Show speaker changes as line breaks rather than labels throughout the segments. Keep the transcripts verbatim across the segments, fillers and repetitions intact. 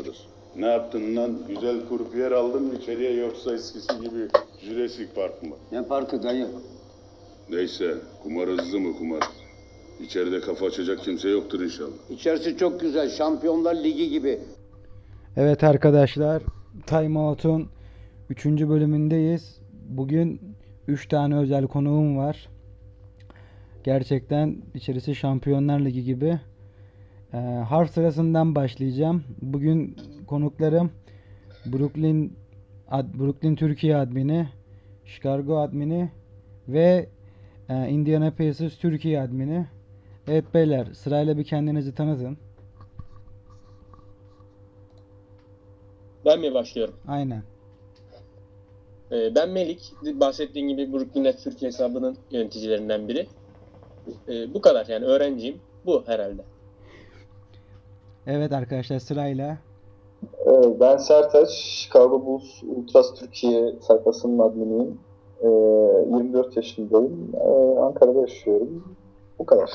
vardır. Ne yaptın lan? Güzel kurpiyer aldın mı içeriye yoksa eskisi gibi Jurassic Park mı?
Ne parkı dayı?
Neyse, kumar hızlı mı kumar? İçeride kafa açacak kimse yoktur inşallah.
İçerisi çok güzel. Şampiyonlar Ligi gibi.
Evet arkadaşlar, Time Out'un üçüncü bölümündeyiz. Bugün üç tane özel konuğum var. Gerçekten içerisi Şampiyonlar Ligi gibi. Ee, harf sırasından başlayacağım. Bugün konuklarım Brooklyn ad, Brooklyn Türkiye admini, Chicago admini ve e, Indiana Pacers Türkiye admini. Evet beyler, sırayla bir kendinizi tanıtın.
Ben mi başlıyorum?
Aynen.
Ee, ben Melik. Bahsettiğim gibi Brooklyn Nets Türkiye hesabının yöneticilerinden biri. Ee, bu kadar yani öğrenciyim. Bu herhalde.
Evet arkadaşlar, sırayla.
Ee, Ben Sertaç, Chicago Bulls Ultras Türkiye sayfasının adminiyim. Ee, yirmi dört yaşındayım. Ee, Ankara'da yaşıyorum. Bu kadar.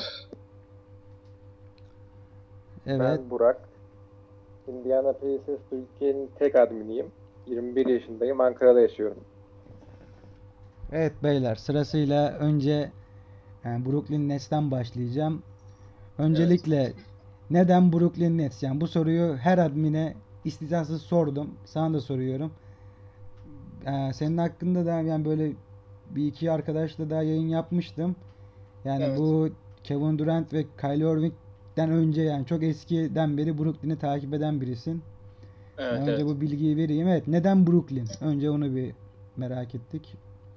Evet.
Ben Burak. Indiana Pacers Türkiye'nin tek adminiyim. yirmi bir yaşındayım. Ankara'da yaşıyorum.
Evet beyler, sırasıyla önce yani Brooklyn Nets'ten başlayacağım. Öncelikle neden Brooklyn Nets? Yani bu soruyu her admine istisnasız sordum. Sana da soruyorum. Ee, senin hakkında da yani böyle bir iki arkadaşla daha yayın yapmıştım. Yani
Evet.
bu Kevin Durant ve Kyrie Irving'den önce yani çok eskiden beri Brooklyn'i takip eden birisin.
Evet,
Yani önce
evet.
bu bilgiyi vereyim. Evet, neden Brooklyn? Önce onu bir merak ettik.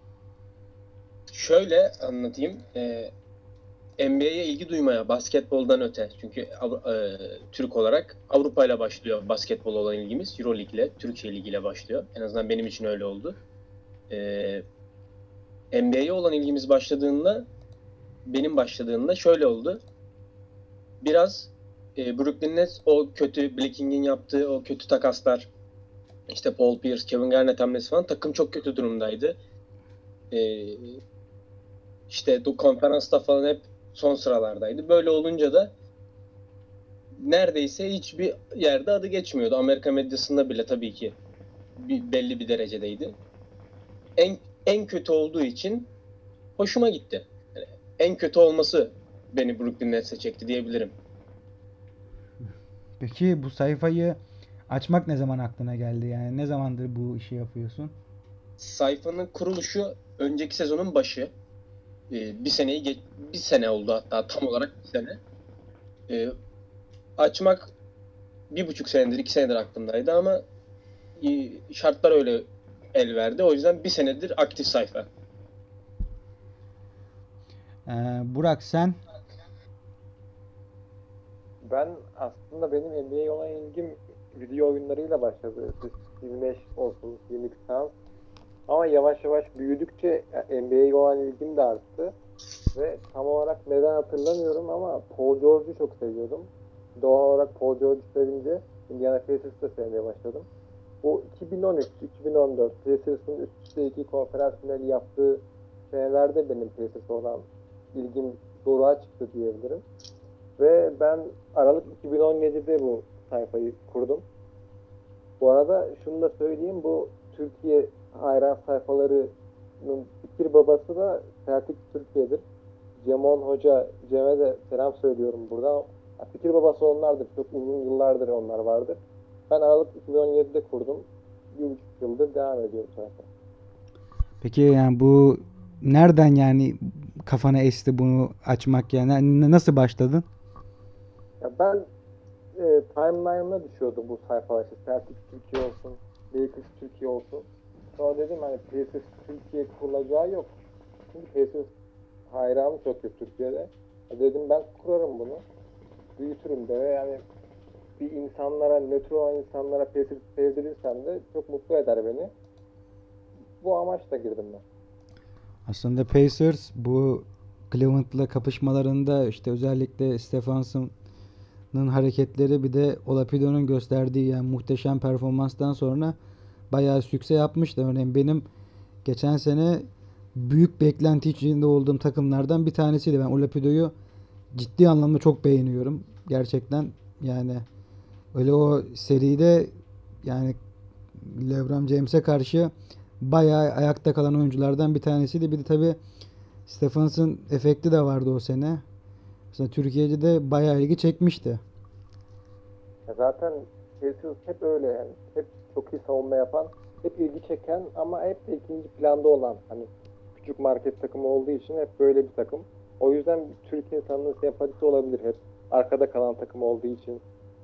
Şöyle anlatayım. Ee, N B A'ye ilgi duymaya basketboldan öte. Çünkü Avru- e, Türk olarak Avrupa ile başlıyor basketbol olan ilgimiz. Euroleague ile, Türkiye Ligi ile başlıyor. En azından benim için öyle oldu. Ee, N B A'ye olan ilgimiz başladığında, benim başladığında şöyle oldu. Biraz e, Brooklyn Nets o kötü Blacking'in yaptığı o kötü takaslar, işte Paul Pierce, Kevin Garnett hamlesi falan takım çok kötü durumdaydı. E, işte bu konferansta falan hep son sıralardaydı. Böyle olunca da neredeyse hiçbir yerde adı geçmiyordu. Amerika medyasında bile tabii ki bir, belli bir derecedeydi. En en kötü olduğu için hoşuma gitti. Yani en kötü olması beni Brooklyn Nets'e çekti diyebilirim.
Peki bu sayfayı açmak ne zaman aklına geldi? Yani ne zamandır bu işi yapıyorsun?
Sayfanın kuruluşu önceki sezonun başı. Ee, bir seneyi geç, bir sene oldu hatta tam olarak bir sene. Ee, açmak bir buçuk senedir, iki senedir aklımdaydı ama e, şartlar öyle el verdi. O yüzden bir senedir aktif sayfa.
Ee, Burak sen?
Ben aslında benim N B A'ye olan ilgim video oyunlarıyla başladı. yirmi beş olsun, yirmi iki Suns. Ama yavaş yavaş büyüdükçe N B A'ye olan ilgim de arttı. Ve tam olarak neden hatırlamıyorum ama Paul George'u çok seviyordum. Doğal olarak Paul George'u sevince Indiana Pacers'ı da sevmeye başladım. Bu iki bin on üç iki bin on dört Pacers'ın üst üste iki konferans finali yaptığı senelerde benim Pacers'a olan ilgim doğruğa çıktı diyebilirim. Ve ben Aralık iki bin on yedide bu sayfayı kurdum. Bu arada şunu da söyleyeyim, bu Türkiye hayran sayfalarının fikir babası da Celtics Türkiye'dir. Cemon Hoca, Cem'e de selam söylüyorum buradan. Fikir babası onlardır. Çok uzun yıllardır onlar vardır. Ben Aralık iki bin on yedide kurdum. Bir buçuk yıldır devam ediyor sayfa.
Peki yani bu nereden yani kafana esti bunu açmak yani? N- Nasıl başladın?
Ya ben e, timeline'ına düşüyordu bu sayfalar. İşte Celtics Türkiye olsun, Lakers Türkiye olsun. Sonra dedim hani Pacers Türkiye kurulacağı yok. Çünkü Pacers hayranı çok yok Türkiye'de. Ya dedim ben kurarım bunu. Büyütürüm de ve yani bir insanlara, nötr olan insanlara Pacers sevdirirsem de çok mutlu eder beni. Bu amaçla girdim ben.
Aslında Pacers bu Cleveland'la kapışmalarında işte özellikle Stephanson'ın hareketleri bir de Olapido'nun gösterdiği yani muhteşem performanstan sonra bayağı sükse yapmıştı. Örneğin benim geçen sene büyük beklenti içinde olduğum takımlardan bir tanesiydi. Ben Olapido'yu ciddi anlamda çok beğeniyorum. Gerçekten yani Öyle o seride yani LeBron James'e karşı bayağı ayakta kalan oyunculardan bir tanesiydi. Bir de tabii Stephenson efekti de vardı o sene. Mesela Türkiye'de de bayağı ilgi çekmişti.
Ya zaten Pacers hep öyle yani. Hep çok iyi savunma yapan, hep ilgi çeken ama hep de ikinci planda olan, hani küçük market takımı olduğu için hep böyle bir takım. O yüzden Türk insanının sempatisi olabilir hep. Arkada kalan takım olduğu için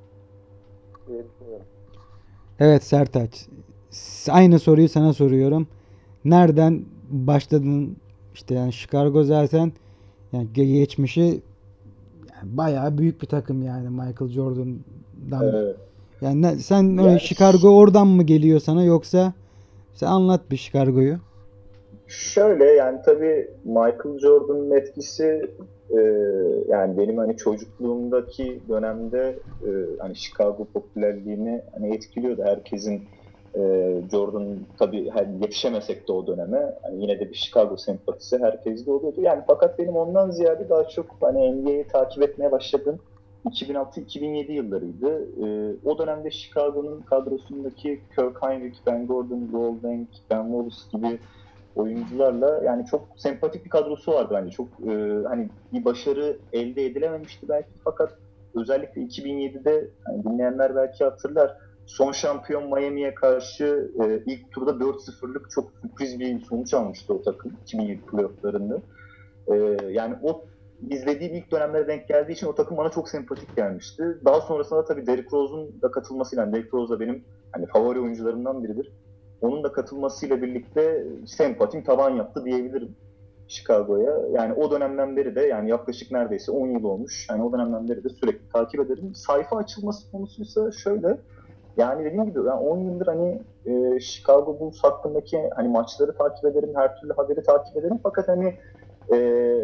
diye düşünüyorum.
Evet Sertaç. S- Aynı soruyu sana soruyorum. Nereden başladın? İşte yani Chicago zaten yani ge- geçmişi yani bayağı büyük bir takım yani Michael Jordan'dan.
Evet.
Yani ne- sen öyle
Yani
Chicago oradan mı geliyor sana yoksa sen anlat bir Chicago'yu.
Şöyle yani tabii Michael Jordan'ın etkisi e, yani benim hani çocukluğumdaki dönemde e, hani Chicago popülerliğini hani etkiliyordu. Herkesin e, Jordan tabii hani yetişemesek de o döneme hani yine de bir Chicago sempatisi herkeste oluyordu. Yani fakat benim ondan ziyade daha çok hani N B A'yi takip etmeye başladığım iki bin altı iki bin yedi yıllarıydı. E, o dönemde Chicago'nun kadrosundaki Kirk Hinrich, Ben Gordon, Luol Deng, Ben Wallace gibi oyuncularla yani çok sempatik bir kadrosu vardı bence. Çok e, hani bir başarı elde edilememişti belki fakat özellikle iki bin yedide hani dinleyenler belki hatırlar. Son şampiyon Miami'ye karşı e, ilk turda dört sıfırlık çok sürpriz bir sonuç almıştı o takım iki bin yedi playofflarında. E, yani o izlediğim ilk dönemlere denk geldiği için o takım bana çok sempatik gelmişti. Daha sonrasında tabii Derrick Rose'un da katılmasıyla, yani Derrick Rose da benim hani favori oyuncularımdan biridir. Onun da katılmasıyla birlikte sempatim tavan yaptı diyebilirim Chicago'ya. Yani o dönemden beri de yani yaklaşık neredeyse on yıl olmuş. Yani o dönemden beri de sürekli takip ederim. Sayfa açılması konusuysa şöyle. Yani dediğim gibi ben on yıldır hani e, Chicago Bulls hakkındaki hani maçları takip ederim, her türlü haberi takip ederim. Fakat hani e,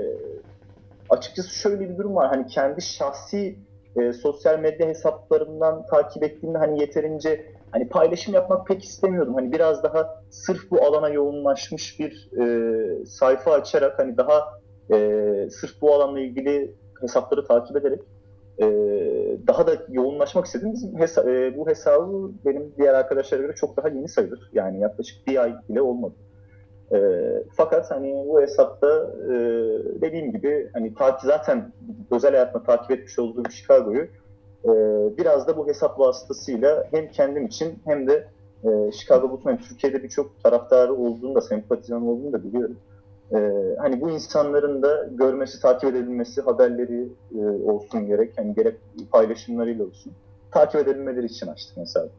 açıkçası şöyle bir durum var. Hani kendi şahsi e, sosyal medya hesaplarımdan takip ettiğimde hani yeterince hani paylaşım yapmak pek istemiyordum. Hani biraz daha sırf bu alana yoğunlaşmış bir e, sayfa açarak hani daha e, sırf bu alanla ilgili hesapları takip ederek e, daha da yoğunlaşmak istedim. Bizim hesa- e, bu hesabı benim diğer arkadaşlara göre çok daha yeni sayılır. Yani yaklaşık bir ay bile olmadı. E, fakat hani bu hesapta e, dediğim gibi hani takip zaten özel hayatımda takip etmiş olduğum Chicago'yu e, biraz da bu hesap vasıtasıyla hem kendim için hem de e, Chicago Bulls'un hani Türkiye'de birçok taraftarı olduğunu da sempatizan olduğunu da biliyorum. E, hani bu insanların da görmesi, takip edebilmesi, haberleri e, olsun gerek, hani gerek paylaşımlarıyla olsun. Takip edebilmeleri için açtık mesela.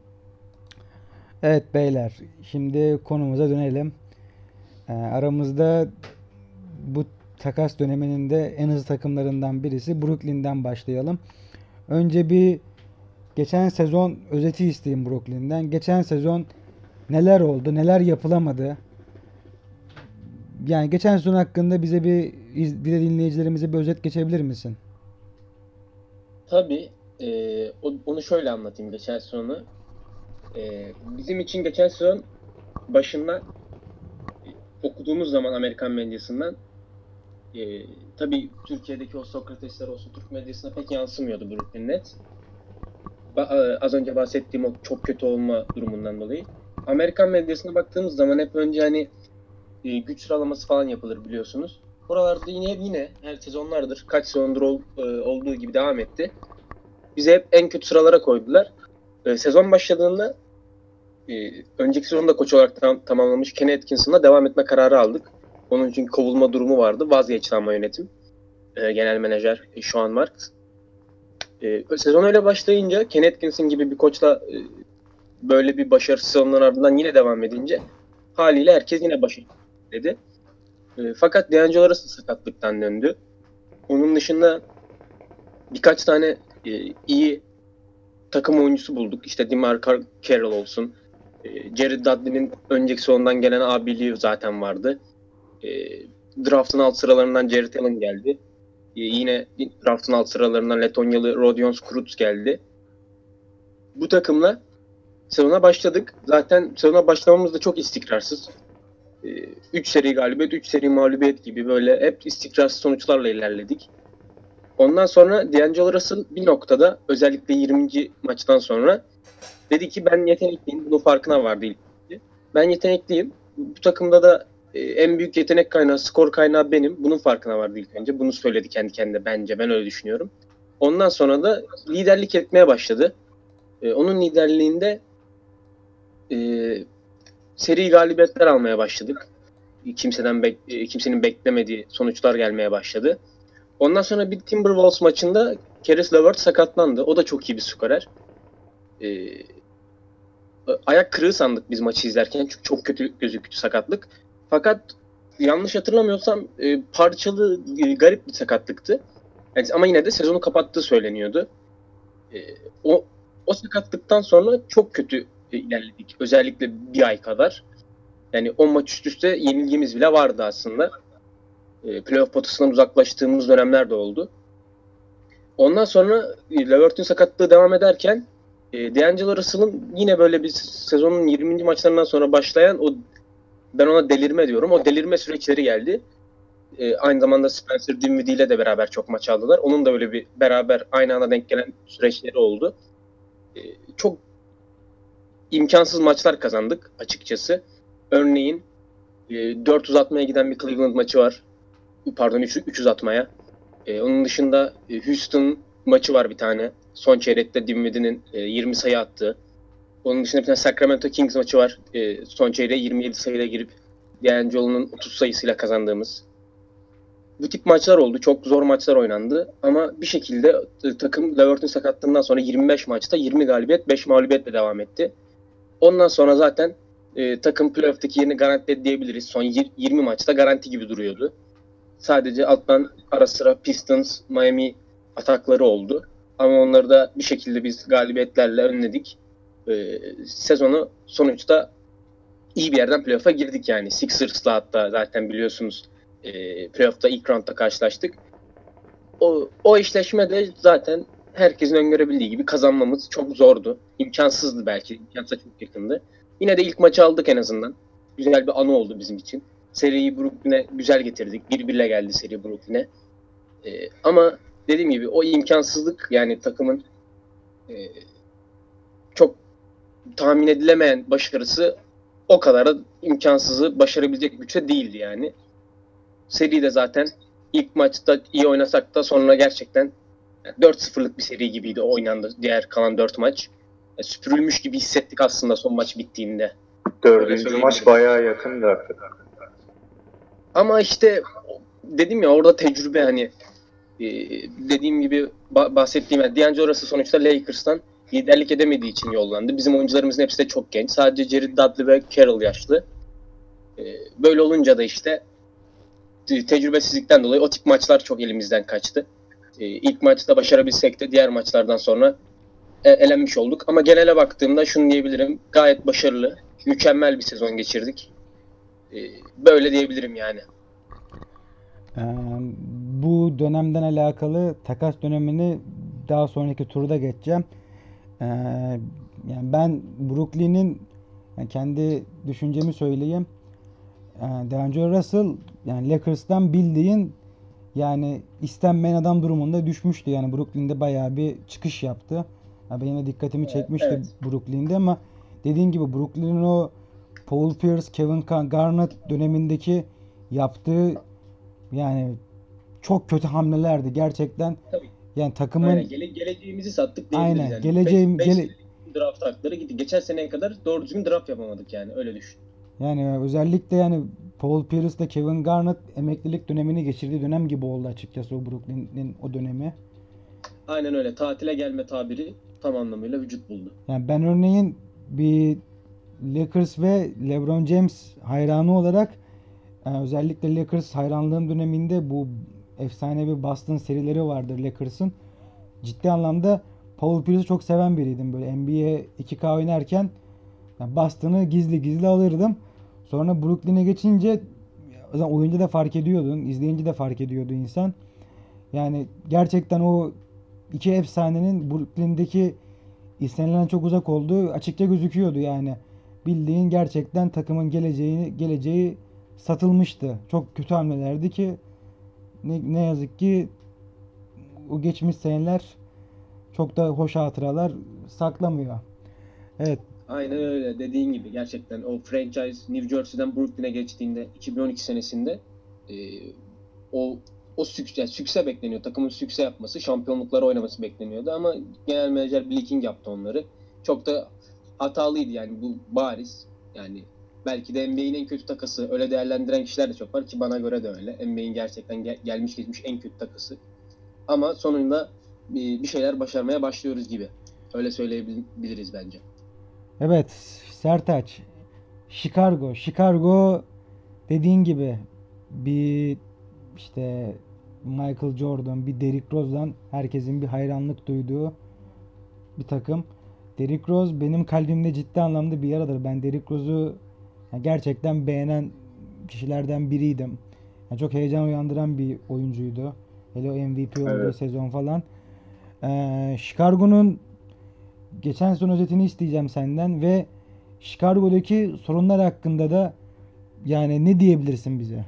Evet beyler, şimdi konumuza dönelim. Ee, aramızda bu takas döneminin de en hızlı takımlarından birisi Brooklyn'den başlayalım. Önce bir geçen sezon özeti isteyeyim Brooklyn'den. Geçen sezon neler oldu, neler yapılamadı? Yani geçen sezon hakkında bize bir, bir de dinleyicilerimize bir özet geçebilir misin?
Tabii e, o- onu şöyle anlatayım geçen sezonu. E, bizim için geçen sezon başında e, okuduğumuz zaman Amerikan medyasından e, tabii Türkiye'deki o Sokratesler olsun Türk medyasına pek yansımıyordu Brooklyn Nets. Ba- e, az önce bahsettiğim o çok kötü olma durumundan dolayı. Amerikan medyasına baktığımız zaman hep önce hani e, güç sıralaması falan yapılır biliyorsunuz. Buralarda yine yine her sezonlardır kaç sezondur ol- e, olduğu gibi devam etti. Bizi hep en kötü sıralara koydular. E, sezon başladığında e, önceki sezonda koç olarak tam, tamamlamış Kenny Atkinson'la devam etme kararı aldık. Onun çünkü kovulma durumu vardı. Vazgeçti ama yönetim. E, genel menajer e, Sean Marks. E, sezon öyle başlayınca Kenny Atkinson gibi bir koçla e, böyle bir başarısız sezonların ardından yine devam edince haliyle herkes yine başarılı dedi. E, fakat D'Angelo Russell sakatlıktan döndü. Onun dışında birkaç tane e, iyi takım oyuncusu bulduk. İşte DeMar Carroll olsun. E, Jared Dudley'nin önceki sonundan gelen abiliği zaten vardı. E, draft'ın alt sıralarından Jared Allen geldi. E, yine draft'ın alt sıralarından Letonyalı Rodion Kurucs geldi. Bu takımla sezona başladık. Zaten sezona başlamamız da çok istikrarsız. üç seri galibiyet, üç seri mağlubiyet gibi böyle hep istikrarsız sonuçlarla ilerledik. Ondan sonra D'Angelo Russell bir noktada özellikle yirminci maçtan sonra dedi ki ben yetenekliyim. Bunun farkına vardı ilk önce. Ben yetenekliyim. Bu takımda da e, en büyük yetenek kaynağı, skor kaynağı benim. Bunun farkına vardı ilk önce. Bunu söyledi kendi kendine bence. Ben öyle düşünüyorum. Ondan sonra da liderlik etmeye başladı. E, onun liderliğinde e, seri galibiyetler almaya başladık. Kimseden bek- e, kimsenin beklemediği sonuçlar gelmeye başladı. Ondan sonra bir Timberwolves maçında Caris LeVert sakatlandı. O da çok iyi bir skorer. Ee, ayak kırığı sandık biz maçı izlerken çünkü çok kötü gözüktü sakatlık. Fakat yanlış hatırlamıyorsam e, parçalı, e, garip bir sakatlıktı. Yani, ama yine de sezonu kapattığı söyleniyordu. E, o o sakatlıktan sonra çok kötü e, ilerledik. Özellikle bir ay kadar. Yani on maç üst üste yenilgimiz bile vardı aslında. E, playoff potasından uzaklaştığımız dönemler de oldu. Ondan sonra e, Levert'in sakatlığı devam ederken e, D'Angelo Russell'ın yine böyle bir sezonun yirminci maçlarından sonra başlayan o, ben ona delirme diyorum. O delirme süreçleri geldi. E, aynı zamanda Spencer Dinwiddie ile de beraber çok maç aldılar. Onun da öyle bir beraber aynı anda denk gelen süreçleri oldu. E, çok imkansız maçlar kazandık açıkçası. Örneğin e, dört uzatmaya giden bir Cleveland maçı var. Pardon üç uzatmaya. E, onun dışında e, Houston maçı var bir tane. Son çeyrekte Dinwiddie'nin e, yirmi sayı attığı. Onun dışında bir tane Sacramento Kings maçı var. E, son çeyreğe yirmi yedi sayıyla girip D'Angelo'nun otuz sayısıyla kazandığımız. Bu tip maçlar oldu. Çok zor maçlar oynandı. Ama bir şekilde e, takım Levert'in sakatlığından sonra yirmi beş maçta yirmi galibiyet, beş mağlubiyetle devam etti. Ondan sonra zaten e, takım playoff'taki yerini garantiledi diyebiliriz. Son yirmi maçta garanti gibi duruyordu. Sadece alttan ara sıra Pistons, Miami atakları oldu. Ama onları da bir şekilde biz galibiyetlerle önledik. Ee, sezonu sonuçta iyi bir yerden playoff'a girdik yani. Sixers'la hatta zaten biliyorsunuz e, playoff'ta ilk roundda karşılaştık. O, o eşleşme de zaten herkesin öngörebildiği gibi kazanmamız çok zordu. İmkansızdı belki. İmkansıza çok yakındı. Yine de ilk maçı aldık en azından. Güzel bir anı oldu bizim için. Seriyi Brooklyn'e güzel getirdik. bir birle geldi seri Brooklyn'e. Ee, ama dediğim gibi o imkansızlık yani takımın e, çok tahmin edilemeyen başarısı o kadar da imkansızı başarabilecek güçte değildi yani. Seri de zaten ilk maçta iyi oynasak da sonra gerçekten dört sıfırlık bir seri gibiydi oynandı diğer kalan dört maç. Yani süpürülmüş gibi hissettik aslında son maç bittiğinde.
Dördüncü maç bayağı yakındı hakikaten.
Ama işte dedim ya orada tecrübe hani e, dediğim gibi ba- bahsettiğim yani D'Angelo Russell sonuçta Lakers'tan liderlik edemediği için yollandı. Bizim oyuncularımızın hepsi de çok genç. Sadece Jared Dudley ve Carroll yaşlı. E, böyle olunca da işte te- tecrübesizlikten dolayı o tip maçlar çok elimizden kaçtı. E, ilk maçta başarabilsek de diğer maçlardan sonra e, elenmiş olduk. Ama genele baktığımda şunu diyebilirim. Gayet başarılı, mükemmel bir sezon geçirdik. E, böyle diyebilirim yani.
Ee, bu dönemden alakalı takas dönemini daha sonraki turda geçeceğim. Ee, yani ben Brooklyn'in yani kendi düşüncemi söyleyeyim. Ee, D'Angelo Russell yani Lakers'tan bildiğin yani istenmeyen adam durumunda düşmüştü. Yani Brooklyn'de bayağı bir çıkış yaptı. Ya benim de dikkatimi çekmişti
evet.
Brooklyn'de ama dediğin gibi Brooklyn'in o Paul Pierce, Kevin Garnett dönemindeki yaptığı yani çok kötü hamlelerdi gerçekten.
Tabii.
Yani takımın
Aynen, gele- geleceğimizi sattık diyebiliriz
aynen
yani.
geleceğim
Beş-
gele,
beş draft hakları gitti. Geçen seneye kadar doğru düzgün draft yapamadık yani öyle düşün.
yani özellikle yani Paul Pierce ile Kevin Garnett emeklilik dönemini geçirdiği dönem gibi oldu açıkçası o Brooklyn'in o dönemi.
Aynen öyle. Tatile gelme tabiri tam anlamıyla vücut buldu.
Yani ben örneğin bir Lakers ve LeBron James hayranı olarak yani özellikle Lakers hayranlığım döneminde bu efsanevi Boston serileri vardır Lakers'ın. Ciddi anlamda Paul Pierce'ı çok seven biriydim. Böyle N B A iki K oynarken yani Boston'ı gizli gizli alırdım. Sonra Brooklyn'e geçince o zaman oyuncu da fark ediyordun, izleyince de fark ediyordu insan. Yani gerçekten o iki efsanenin Brooklyn'deki istenilen çok uzak olduğu açıkça gözüküyordu yani. Bildiğin gerçekten takımın geleceğini geleceği satılmıştı. Çok kötü hamlelerdi ki ne, ne yazık ki o geçmiş seneler çok da hoş hatıralar saklamıyor. Evet.
Aynen öyle dediğin gibi gerçekten o franchise New Jersey'den Brooklyn'e geçtiğinde iki bin on iki senesinde e, o o sükse, sükse bekleniyor. Takımın sükse yapması, şampiyonlukları oynaması bekleniyordu ama genel menajer Billy King yaptı onları. Çok da hatalıydı yani bu bariz. Yani belki de N B A'in en kötü takası. Öyle değerlendiren kişiler de çok var ki bana göre de öyle. N B A'in gerçekten gel- gelmiş geçmiş en kötü takası. Ama sonunda bir bir şeyler başarmaya başlıyoruz gibi. Öyle söyleyebiliriz bence.
Evet, Sertaç. Chicago. Chicago dediğin gibi bir işte Michael Jordan, bir Derrick Rose'dan herkesin bir hayranlık duyduğu bir takım. Derrick Rose benim kalbimde ciddi anlamda bir yaradır. Ben Derrick Rose'u yani gerçekten beğenen kişilerden biriydim. Yani çok heyecan uyandıran bir oyuncuydu. Hele o M V P olduğu
Evet.
sezon falan. Ee, Chicago'nun geçen sezon özetini isteyeceğim senden ve Chicago'daki sorunlar hakkında da yani ne diyebilirsin bize?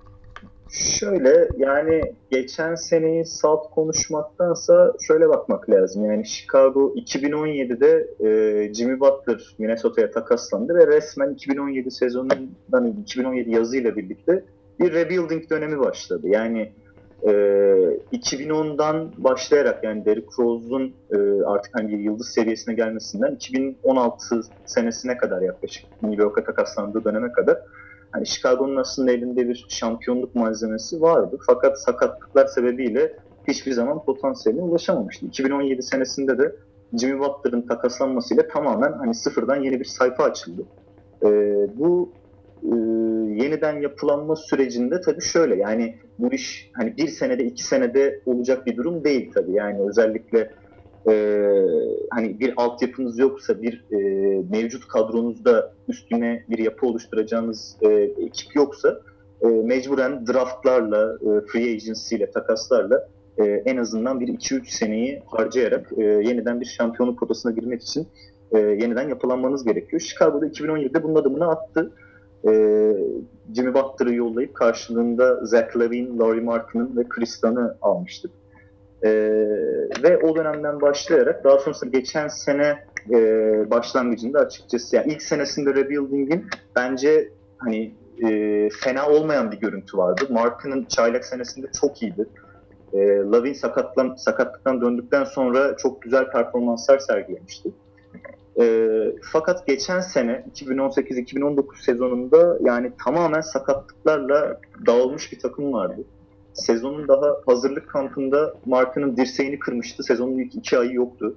Şöyle yani geçen seneyi salt konuşmaktansa şöyle bakmak lazım. Yani Chicago iki bin on yedide e, Jimmy Butler Minnesota'ya takaslandı ve resmen iki bin on yedi sezonundan iki bin on yedi yazıyla birlikte bir rebuilding dönemi başladı. Yani e, iki bin ondan başlayarak yani Derrick Rose'un e, artık hani bir yıldız seviyesine gelmesinden iki bin on altı senesine kadar yaklaşık New York'a takaslandığı döneme kadar hani Chicago'nun aslında elinde bir şampiyonluk malzemesi vardı. Fakat sakatlıklar sebebiyle hiçbir zaman potansiyeline ulaşamamıştı. iki bin on yedi senesinde de Jimmy Butler'ın takaslanmasıyla tamamen hani sıfırdan yeni bir sayfa açıldı. Ee, bu e, yeniden yapılanma sürecinde tabii şöyle yani bu iş hani bir senede iki senede olacak bir durum değil tabii. Yani özellikle e, hani bir altyapınız yoksa bir e, mevcut kadronuzda üstüne bir yapı oluşturacağınız e, ekip yoksa e, mecburen draftlarla, e, free agency ile takaslarla e, en azından bir iki üç seneyi harcayarak e, yeniden bir şampiyonluk potasına girmek için e, yeniden yapılanmanız gerekiyor. Chicago'da iki bin on yedide bunun adımını attı. E, Jimmy Butler'ı yollayıp karşılığında Zach LaVine, Lauri Markkanen ve Chris Dunn'ı almıştık. Ee, ve o dönemden başlayarak daha sonrasında geçen sene e, başlangıcında açıkçası yani ilk senesinde Rebuilding'in bence hani e, fena olmayan bir görüntü vardı. Markkanen çaylak senesinde çok iyiydi. E, Lavin sakatlan, sakatlıktan döndükten sonra çok güzel performanslar sergilemişti. E, fakat geçen sene iki bin on sekiz iki bin on dokuz sezonunda yani tamamen sakatlıklarla dağılmış bir takım vardı. Sezonun daha hazırlık kampında Markkanen dirseğini kırmıştı. Sezonun ilk iki ayı yoktu.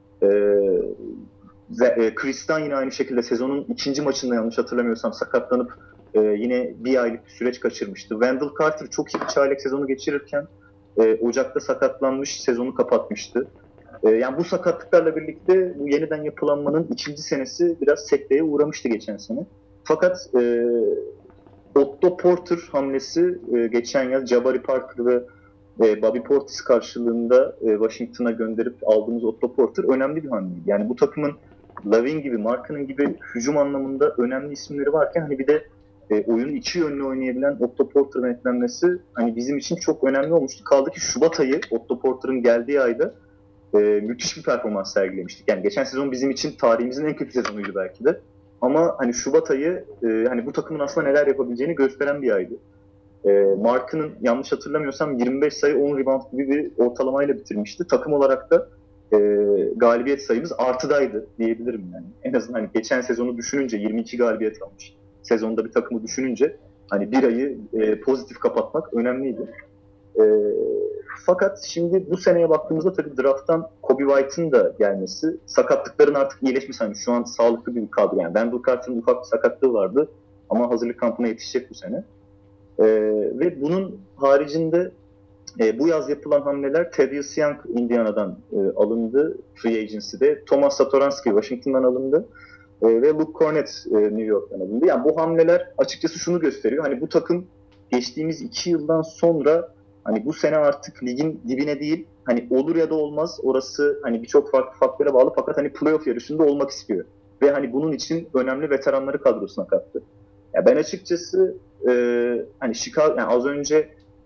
Ee, Chris Dunn yine aynı şekilde sezonun ikinci maçında yanlış hatırlamıyorsam sakatlanıp e, yine bir aylık bir süreç kaçırmıştı. Wendell Carter çok iyi bir çaylak sezonu geçirirken e, Ocak'ta sakatlanmış, sezonu kapatmıştı. E, yani bu sakatlıklarla birlikte bu yeniden yapılanmanın ikinci senesi biraz sekteye uğramıştı geçen sene. Fakat e, Otto Porter hamlesi e, geçen yaz Jabari Parker ve e, Bobby Portis karşılığında e, Washington'a gönderip aldığımız Otto Porter önemli bir hamleydi. Yani bu takımın Lavin gibi, Markkanen gibi hücum anlamında önemli isimleri varken hani bir de e, oyunu iki yönlü oynayabilen Otto Porter'ın eklenmesi hani bizim için çok önemli olmuştu. Kaldı ki Şubat ayı Otto Porter'ın geldiği ayda e, müthiş bir performans sergilemiştik. Yani geçen sezon bizim için tarihimizin en kötü sezonuydu belki de. Ama hani Şubat ayı e, hani bu takımın aslında neler yapabileceğini gösteren bir aydı. E, Markkanen yanlış hatırlamıyorsam yirmi beş sayı on rebound gibi bir ortalamayla bitirmişti. Takım olarak da e, galibiyet sayımız artıdaydı diyebilirim yani. En azından hani geçen sezonu düşününce yirmi iki galibiyet almış. Sezonda bir takımı düşününce hani bir ayı e, pozitif kapatmak önemliydi. E, fakat şimdi bu seneye baktığımızda tabii drafttan Kobe White'ın da gelmesi, sakatlıkların artık iyileşmesi, hani şu an sağlıklı bir kadro yani. Wendell Carter'ın ufak bir sakatlığı vardı ama hazırlık kampına yetişecek bu sene. Ee, ve bunun haricinde e, bu yaz yapılan hamleler Thaddeus Young Indiana'dan e, alındı free agency'de. Thomas Satoransky Washington'dan alındı. E, ve Luke Cornett e, New York'tan alındı. Yani bu hamleler açıkçası şunu gösteriyor. Hani bu takım geçtiğimiz iki yıldan sonra hani bu sene artık ligin dibine değil, hani olur ya da olmaz, orası hani birçok farklı faktöre bağlı fakat hani playoff yarışında olmak istiyor. Ve hani bunun için önemli veteranları kadrosuna kattı. Ya ben açıkçası e, hani Chicago, yani az önce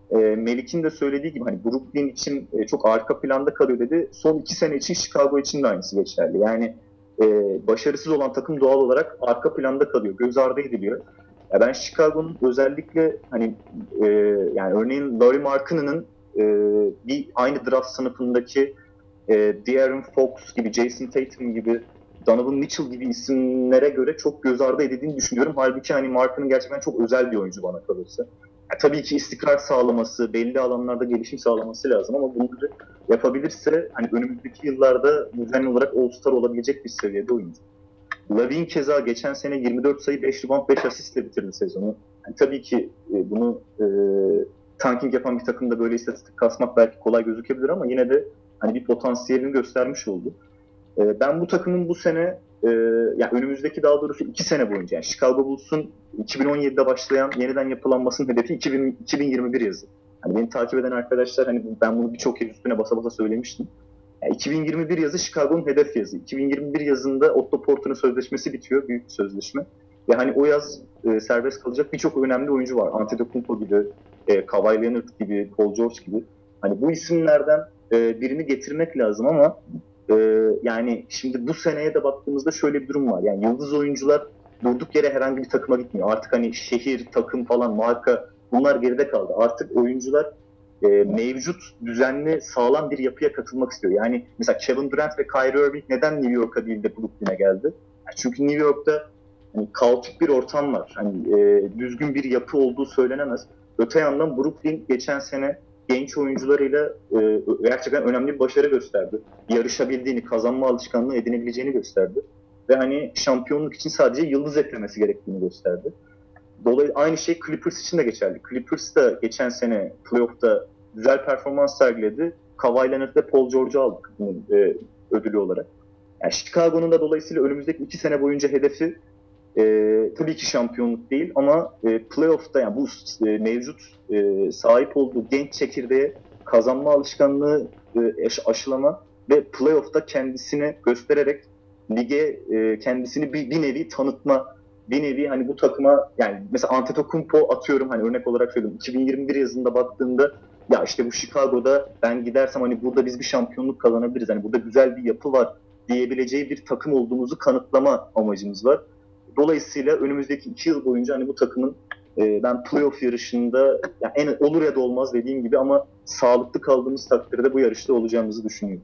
e, Melik'in de söylediği gibi hani Brooklyn için e, çok arka planda kalıyor dedi. Son iki sene için Chicago için de aynısı geçerli. Yani e, başarısız olan takım doğal olarak arka planda kalıyor, göz ardı ediliyor. Ya ben Chicago'nun özellikle hani e, yani örneğin Lauri Markkanen'ın e, bir aynı draft sınıfındaki e, De'Aaron Fox gibi, Jason Tatum gibi, Donovan Mitchell gibi isimlere göre çok göz ardı edildiğini düşünüyorum. Halbuki hani Markkanen gerçekten çok özel bir oyuncu bana kalırsa. Ya tabii ki istikrar sağlaması, belli alanlarda gelişim sağlaması lazım ama bunları yapabilirse hani önümüzdeki yıllarda düzenli olarak All-Star olabilecek bir seviyede oyuncu. Lavin keza geçen sene yirmi dört sayı, beş rebound, beş asistle bitirdi sezonu. Yani tabii ki e, bunu e, tanking yapan bir takımda böyle istatistik kasmak belki kolay gözükebilir ama yine de hani bir potansiyelini göstermiş oldu. E, ben bu takımın bu sene e, yani önümüzdeki daha doğrusu iki sene boyunca yani Chicago Bulls'un iki bin on yedide başlayan yeniden yapılanmasının hedefi iki bin, iki bin yirmi bir yazı. Hani beni takip eden arkadaşlar hani ben bunu birçok kez üstüne basa basa söylemiştim. Yani iki bin yirmi bir yazı Chicago'nun hedef yazı. iki bin yirmi bir yazında Otto Porter'ın sözleşmesi bitiyor. Büyük bir sözleşme. Ve hani o yaz e, serbest kalacak birçok önemli oyuncu var. Antetokounmpo gibi, e, Kawhi Leonard gibi, Paul George gibi. Hani bu isimlerden e, birini getirmek lazım ama e, yani şimdi bu seneye de baktığımızda şöyle bir durum var. Yani yıldız oyuncular durduk yere herhangi bir takıma gitmiyor. Artık hani şehir, takım falan, marka bunlar geride kaldı. Artık oyuncular e, mevcut, düzenli, sağlam bir yapıya katılmak istiyor. Yani mesela Kevin Durant ve Kyrie Irving neden New York'a değil de Brooklyn'e geldi? Yani çünkü New York'ta hani kaotik bir ortam var. Hani e, düzgün bir yapı olduğu söylenemez. Öte yandan Brooklyn geçen sene genç oyuncularıyla e, gerçekten önemli bir başarı gösterdi. Yarışabildiğini, kazanma alışkanlığı edinebileceğini gösterdi. Ve hani şampiyonluk için sadece yıldız eklemesi gerektiğini gösterdi. Dolayısıyla aynı şey Clippers için de geçerli. Clippers da geçen sene playoff'ta güzel performans sergiledi. Kawhi Leonard ve Paul George'u aldık e, ödülü olarak. Yani Chicago'nun da dolayısıyla önümüzdeki iki sene boyunca hedefi e, tabii ki şampiyonluk değil ama e, playoff'ta yani bu e, mevcut e, sahip olduğu genç çekirdeğe kazanma alışkanlığı e, aşılama ve playoff'ta kendisini göstererek lige e, kendisini bir, bir nevi tanıtma, bir nevi hani bu takıma yani mesela Antetokounmpo atıyorum hani örnek olarak söylüyorum iki bin yirmi bir yazında baktığında ya işte bu Chicago'da ben gidersem hani burada biz bir şampiyonluk kazanabiliriz. Hani burada güzel bir yapı var diyebileceği bir takım olduğumuzu kanıtlama amacımız var. Dolayısıyla önümüzdeki iki yıl boyunca hani bu takımın e, ben playoff yarışında yani en olur ya da olmaz dediğim gibi ama sağlıklı kaldığımız takdirde bu yarışta olacağımızı düşünüyorum.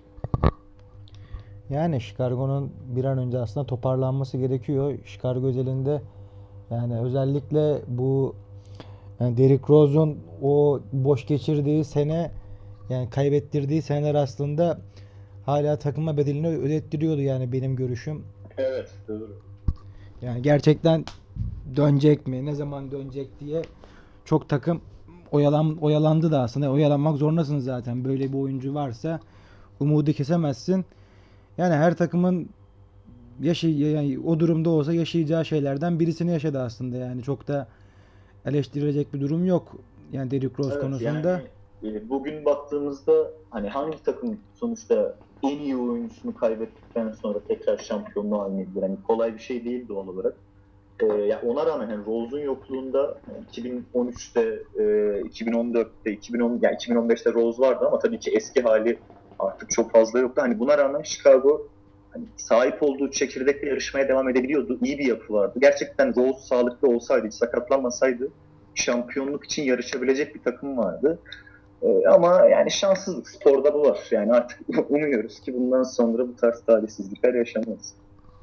Yani Chicago'nun bir an önce aslında toparlanması gerekiyor. Chicago özelinde yani özellikle bu yani Derrick Rose'un o boş geçirdiği sene yani kaybettirdiği seneler aslında hala takıma bedelini ödettiriyordu yani benim görüşüm.
Evet, doğru.
Yani gerçekten dönecek mi, ne zaman dönecek diye çok takım oyalan, oyalandı da aslında. Oyalanmak zorundasın zaten. Böyle bir oyuncu varsa umudu kesemezsin. Yani her takımın yaşay yani o durumda olsa yaşayacağı şeylerden birisini yaşadı aslında. Yani çok da eleştirilecek bir durum yok. Yani Derrick Rose
Evet,
konusunda.
yani e, bugün baktığımızda hani hangi takım sonuçta en iyi oyuncusunu kaybettikten sonra tekrar şampiyonluğa almayabilir? Hani kolay bir şey değil doğal olarak. E, ya ona rağmen hani Rose'un yokluğunda iki bin on üçte, e, iki bin on dörtte, iki bin on yani iki bin on beşte Rose vardı ama tabii ki eski hali artık çok fazla yoktu. Hani buna rağmen Chicago hani sahip olduğu çekirdekle yarışmaya devam edebiliyordu. İyi bir yapı vardı. Gerçekten Rose sağlıklı olsaydı, hiç sakatlanmasaydı şampiyonluk için yarışabilecek bir takım vardı. Ee, ama yani şanssızlık. Sporda bu var. Yani artık umuyoruz ki bundan sonra bu tarz talihsizlikler yaşanmaz.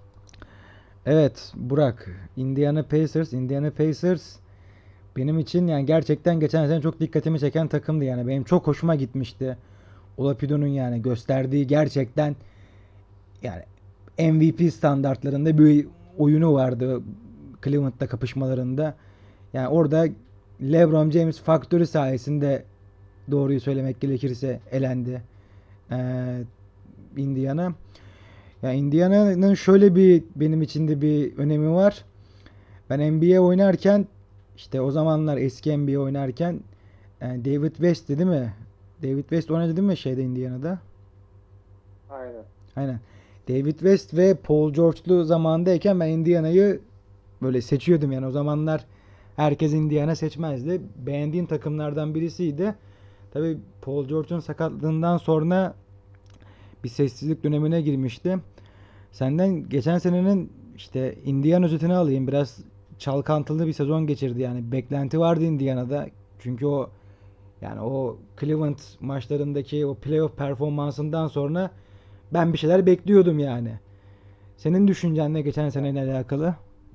Evet Burak, Indiana Pacers, Indiana Pacers benim için yani gerçekten geçen sene çok dikkatimi çeken takımdı yani. Benim çok hoşuma gitmişti. Olapido'nun yani gösterdiği gerçekten yani M V P standartlarında bir oyunu vardı Cleveland'da kapışmalarında. Yani orada LeBron James faktörü sayesinde doğruyu söylemek gerekirse elendi ee, Indiana. Yani Indiana'nın şöyle bir benim için de bir önemi var. Ben N B A oynarken işte o zamanlar eski N B A oynarken yani David West'ti değil mi? David West oynadı değil mi şeyde Indiana'da?
Aynen.
Aynen. David West ve Paul George'lu zamandayken ben Indiana'yı böyle seçiyordum yani o zamanlar herkes Indiana seçmezdi. Beğendiğim takımlardan birisiydi. Tabii Paul George'un sakatlığından sonra bir sessizlik dönemine girmişti. Senden geçen senenin işte Indiana özetini alayım. Biraz çalkantılı bir sezon geçirdi yani. Beklenti vardı Indiana'da. Çünkü o yani o Cleveland maçlarındaki o playoff performansından sonra ben bir şeyler bekliyordum yani. Senin düşüncen ne geçen seneyle alakalı?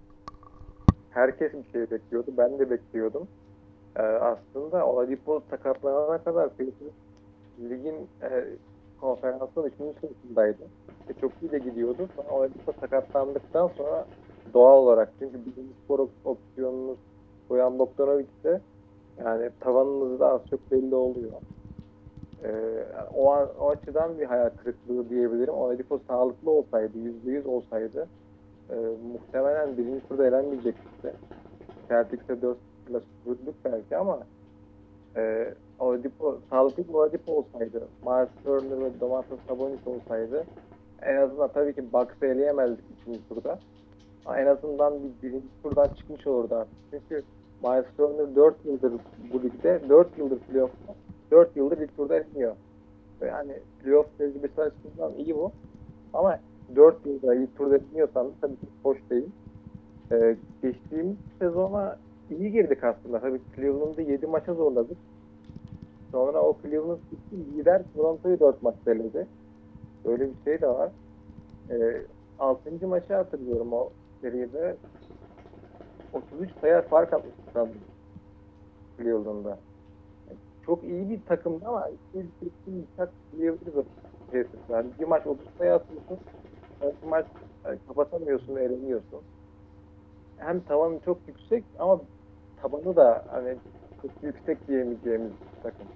Herkes bir şey bekliyordu. Ben de bekliyordum. Ee, aslında Oladipo sakatlanana kadar Pacers ligin e, konferansın üçüncü sırasındaydı. E, çok iyi de gidiyordu. Sonra Oladipo sakatlandıktan sonra doğal olarak, çünkü birinci skor op- opsiyonunuz Boyan Bogdanovic'te, yani tavanınız da az çok belli oluyor. Ee, o, an- o açıdan bir hayal kırıklığı diyebilirim. Oladipo sağlıklı olsaydı, yüzde yüz olsaydı e, muhtemelen birinci turda elenmeyecekti. Celtics'e dört ile sürdük belki ama e, Oladipo, sağlıklı bir Oladipo olsaydı, Miles Turner ve Domantas Sabonis olsaydı en azından, tabii ki Bucks'ı eleyemezdik ikinci turda. Ama en azından bir birinci turdan çıkmış olurdu artık. Çünkü Miles Turner dört yıldır bu ligde, dört yıldır playoff'ta, dört yıldır ilk turda eleniyor. Ve yani playoff tecrübesi açısından iyi bu. Ama dört yılda ilk turda eleniyorsan tabii ki hoş değil. Ee, geçtiğimiz sezona iyi girdik aslında. Tabii Cleveland'ı yedi maça zorladık. Sonra o Cleveland gitti, lider Toronto'yu dört maçta eledi. Böyle bir şey de var. Ee, altıncı maçı hatırlıyorum o seride. otuz üç sayı fark atmış sandım Cleveland'da. Yani çok iyi bir takımdı ama ilk bir bıçak diyebiliriz o Pacers'lar. Bir maç otuz sayı atıyorsun, bir maç yani kapatamıyorsun, eleniyorsun. Hem tavanı çok yüksek ama tabanı da hani çok yüksek diyemeyeceğimiz bir takım.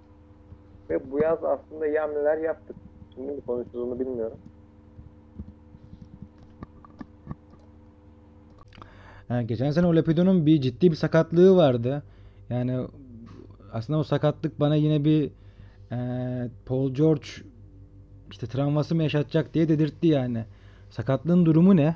Ve bu yaz aslında iyi hamleler yaptık. Şimdi mi konuşuruz onu bilmiyorum.
Ha, geçen sene Olapido'nun bir ciddi bir sakatlığı vardı. Yani aslında o sakatlık bana yine bir eee, Paul George işte travması mı yaşatacak diye dedirtti yani. Sakatlığın durumu ne?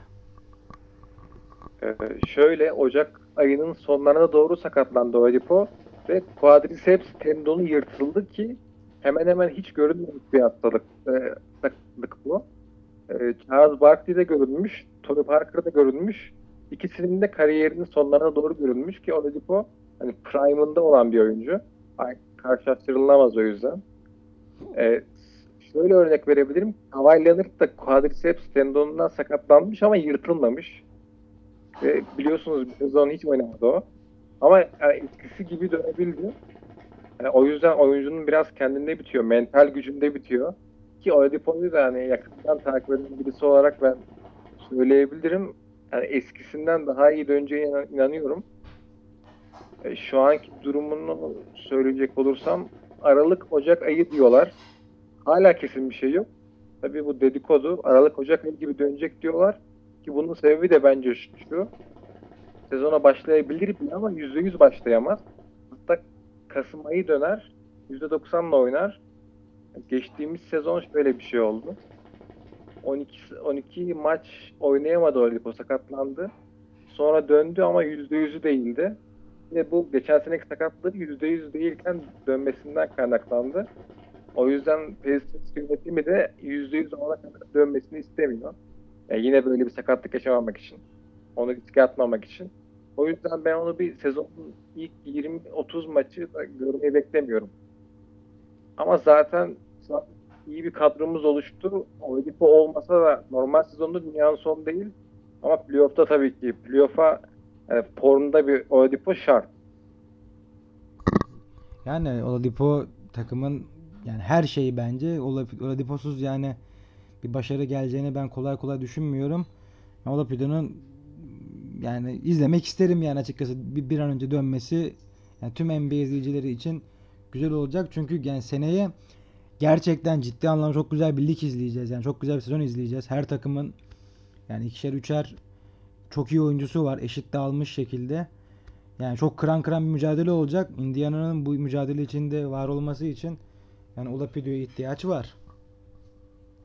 Ee, şöyle Ocak ayının sonlarına doğru sakatlandı Oladipo ve quadriceps tendonu yırtıldı ki hemen hemen hiç görünmemiş bir hastalık, e, sakatlık bu. E, Charles Barkley'de görülmüş, Tony Parker'da görülmüş. İkisinin de kariyerinin sonlarına doğru görülmüş ki Oladipo hani prime'ında olan bir oyuncu. Ay, karşılaştırılamaz o yüzden. E, şöyle örnek verebilirim. Kawhi Leonard da quadriceps tendonundan sakatlanmış ama yırtılmamış. Ve biliyorsunuz bir sezon hiç oynamadı o. Ama yani etkisi gibi dönebildi. Yani o yüzden oyuncunun biraz kendinde bitiyor. Mental gücünde bitiyor. Ki Oladipo'yu da yani yakından takip eden birisi olarak ben söyleyebilirim. Yani eskisinden daha iyi döneceğine inan- inanıyorum. E, şu anki durumunu söyleyecek olursam Aralık Ocak ayı diyorlar. Hala kesin bir şey yok. Tabii bu dedikodu. Aralık Ocak ayı gibi dönecek diyorlar. Ki bunun sebebi de bence şu. Sezona başlayabilir bile ama yüzde yüz başlayamaz. Hatta Kasım ayı döner. yüzde doksanla oynar. Geçtiğimiz sezon şöyle bir şey oldu. on iki on iki maç oynayamadı Oladipo, sakatlandı. Sonra döndü ama yüzde yüzü değildi. Ve bu geçen seneki sakatlığı yüzde yüz değilken dönmesinden kaynaklandı. O yüzden Pacers yönetimi de yüzde yüz olana kadar dönmesini istemiyor. Yani yine böyle bir sakatlık yaşamamak için. Onu riske atmamak için. O yüzden ben onu bir sezonun ilk yirmi otuz maçı da görmeyi beklemiyorum. Ama zaten şu an iyi bir kadromuz oluştu. Oladipo olmasa da normal sezonda dünyanın sonu değil. Ama playoff'ta tabii ki. Playoff'a yani formda bir Oladipo şart.
Yani Oladipo takımın yani her şeyi bence. Olap- Oladipo'suz yani bir başarı geleceğini ben kolay kolay düşünmüyorum. Olapido'nun yani izlemek isterim yani açıkçası bir, bir an önce dönmesi yani tüm N B A izleyicileri için güzel olacak. Çünkü yani seneye gerçekten ciddi anlamda çok güzel bir lig izleyeceğiz. Yani çok güzel bir sezon izleyeceğiz. Her takımın yani ikişer üçer çok iyi oyuncusu var eşit dağılmış şekilde. Yani çok kıran kıran bir mücadele olacak. Indiana'nın bu mücadele içinde var olması için yani Olapido'ya ihtiyaç var.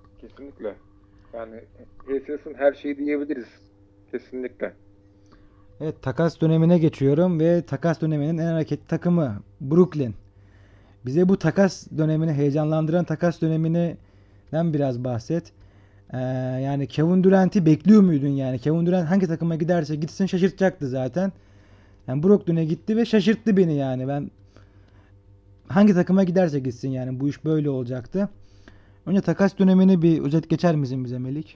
Kesinlikle. Yani Pacers'ın her şeyi diyebiliriz. Kesinlikle.
Evet, takas dönemine geçiyorum ve takas döneminin en hareketli takımı Brooklyn. Bize bu takas dönemini heyecanlandıran takas döneminden biraz bahset. Ee, yani Kevin Durant'i bekliyor muydun yani? Kevin Durant hangi takıma giderse gitsin şaşırtacaktı zaten. Yani Brooklyn'e gitti ve şaşırttı beni yani. Ben hangi takıma giderse gitsin yani bu iş böyle olacaktı. Önce takas dönemini bir özet geçer misin bize Melik?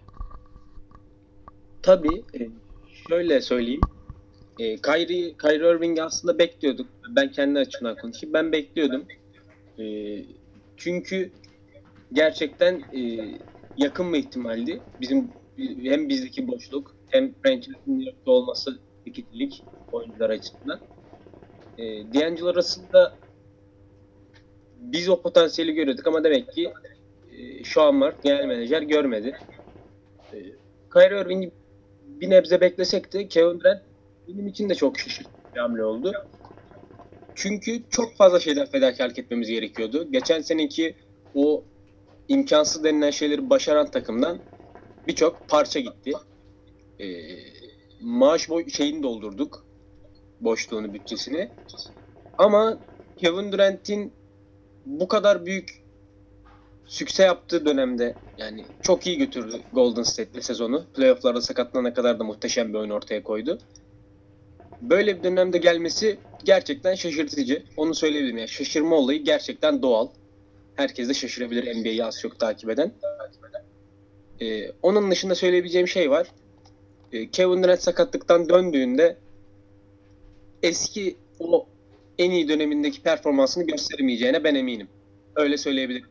Tabii e, şöyle söyleyeyim. E, Kyrie, Kyrie Irving'i aslında bekliyorduk. Ben kendi açımdan konuşayım. Ben bekliyordum. E, çünkü gerçekten e, yakın bir ihtimaldi. Bizim hem bizdeki boşluk hem franchise'in New York'ta olması ikililik oyuncular açısından. E, D'Angelo Russell'da biz o potansiyeli görüyorduk ama demek ki e, Sean Mark genel menajer görmedi. E, Kyrie Irving'i bir nebze beklesek de Kevin Durant benim için de çok şaşırtıcı bir hamle oldu. Çünkü çok fazla şeyden fedakarlık etmemiz gerekiyordu. Geçen seneki o imkansız denilen şeyleri başaran takımdan birçok parça gitti. E, maaş boy şeyini doldurduk. Boşluğunu, bütçesini. Ama Kevin Durant'in bu kadar büyük sükse yaptığı dönemde yani çok iyi götürdü Golden State'le sezonu. Playoff'larda sakatlanana kadar da muhteşem bir oyun ortaya koydu. Böyle bir dönemde gelmesi gerçekten şaşırtıcı. Onu söyleyebilirim. Yani şaşırma olayı gerçekten doğal. Herkes de şaşırabilir N B A'yi az çok takip eden. Ee, onun dışında söyleyebileceğim şey var. Ee, Kevin Durant sakatlıktan döndüğünde eski o en iyi dönemindeki performansını gösteremeyeceğine ben eminim. Öyle söyleyebilirim.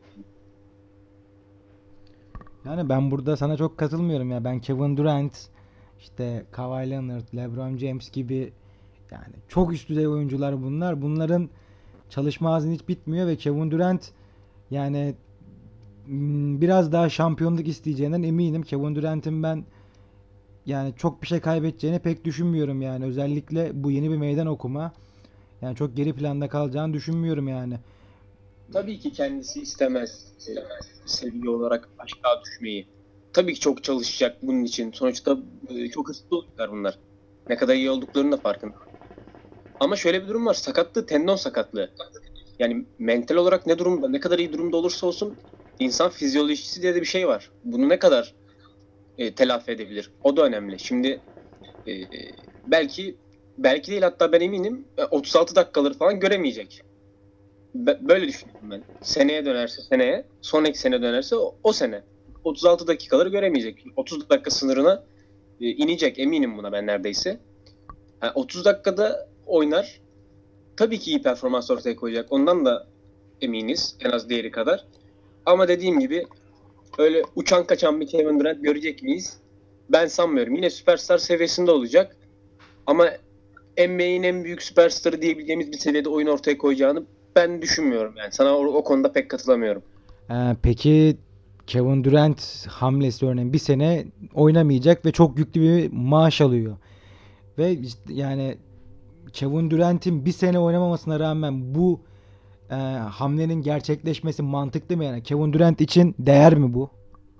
Yani ben burada sana çok katılmıyorum ya. Ben Kevin Durant, işte Kawhi Leonard, LeBron James gibi yani çok üst düzey oyuncular bunlar. Bunların çalışma hızı hiç bitmiyor ve Kevin Durant yani m, biraz daha şampiyonluk isteyeceğinden eminim. Kevin Durant'in ben yani çok bir şey kaybedeceğini pek düşünmüyorum yani. Özellikle bu yeni bir meydan okuma. Yani çok geri planda kalacağını düşünmüyorum yani.
Tabii ki kendisi istemez e, seviye olarak aşağı düşmeyi. Tabii ki çok çalışacak bunun için. Sonuçta e, çok hırslı oyuncular bunlar. Ne kadar iyi olduklarının da farkında. Ama şöyle bir durum var. Sakatlığı tendon sakatlığı. Yani mental olarak ne durumda, ne kadar iyi durumda olursa olsun insan fizyolojisi diye de bir şey var. Bunu ne kadar e, telafi edebilir? O da önemli. Şimdi e, e, belki belki değil hatta ben eminim e, otuz altı dakikaları falan göremeyecek. Be- Böyle düşünüyorum ben. Seneye dönerse seneye, sonraki sene dönerse o, o sene. otuz altı dakikaları göremeyecek. otuz dakika sınırına e, inecek eminim buna ben neredeyse. Yani otuz dakikada oynar. Tabii ki iyi performans ortaya koyacak. Ondan da eminiz en az diğeri kadar. Ama dediğim gibi öyle uçan kaçan bir Kevin Durant görecek miyiz? Ben sanmıyorum. Yine süperstar seviyesinde olacak. Ama N B A'in en büyük süperstarı diyebileceğimiz bir seviyede oyun ortaya koyacağını ben düşünmüyorum yani. Sana o, o konuda pek katılamıyorum.
Ee, peki Kevin Durant hamlesi örneğin bir sene oynamayacak ve çok yüklü bir maaş alıyor. Ve işte yani Kevin Durant'in bir sene oynamamasına rağmen bu e, hamlenin gerçekleşmesi mantıklı mı yani? Kevin Durant için değer mi bu?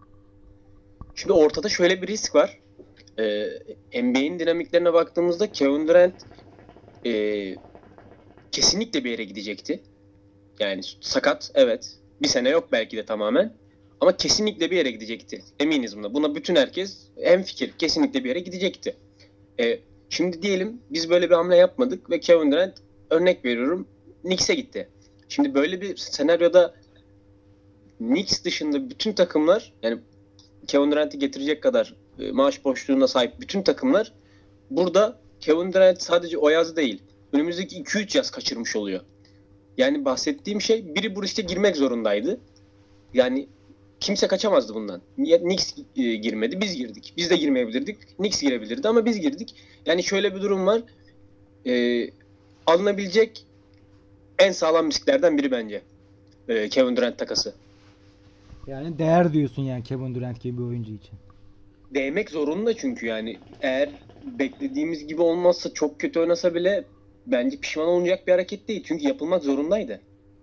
Şimdi ortada şöyle bir risk var. Ee, N B A'in dinamiklerine baktığımızda Kevin Durant e, kesinlikle bir yere gidecekti. Yani sakat evet. Bir sene yok belki de tamamen. Ama kesinlikle bir yere gidecekti. Eminiz buna. Buna bütün herkes hemfikir. Kesinlikle bir yere gidecekti. E, şimdi diyelim biz böyle bir hamle yapmadık ve Kevin Durant örnek veriyorum Knicks'e gitti. Şimdi böyle bir senaryoda Knicks dışında bütün takımlar yani Kevin Durant'i getirecek kadar e, maaş boşluğuna sahip bütün takımlar burada Kevin Durant sadece o yaz değil önümüzdeki iki üç yaz kaçırmış oluyor. Yani bahsettiğim şey biri bu riske girmek zorundaydı. Yani kimse kaçamazdı bundan. Niye Knicks e, girmedi? Biz girdik. Biz de girmeyebilirdik. Knicks girebilirdi ama biz girdik. Yani şöyle bir durum var. E, alınabilecek en sağlam risklerden biri bence. E, Kevin Durant takası.
Yani değer diyorsun yani Kevin Durant gibi bir oyuncu için.
Değmek zorunda çünkü yani eğer beklediğimiz gibi olmazsa çok kötü oynasa bile bence pişman olunacak bir hareket değil. Çünkü yapılmak zorundaydı.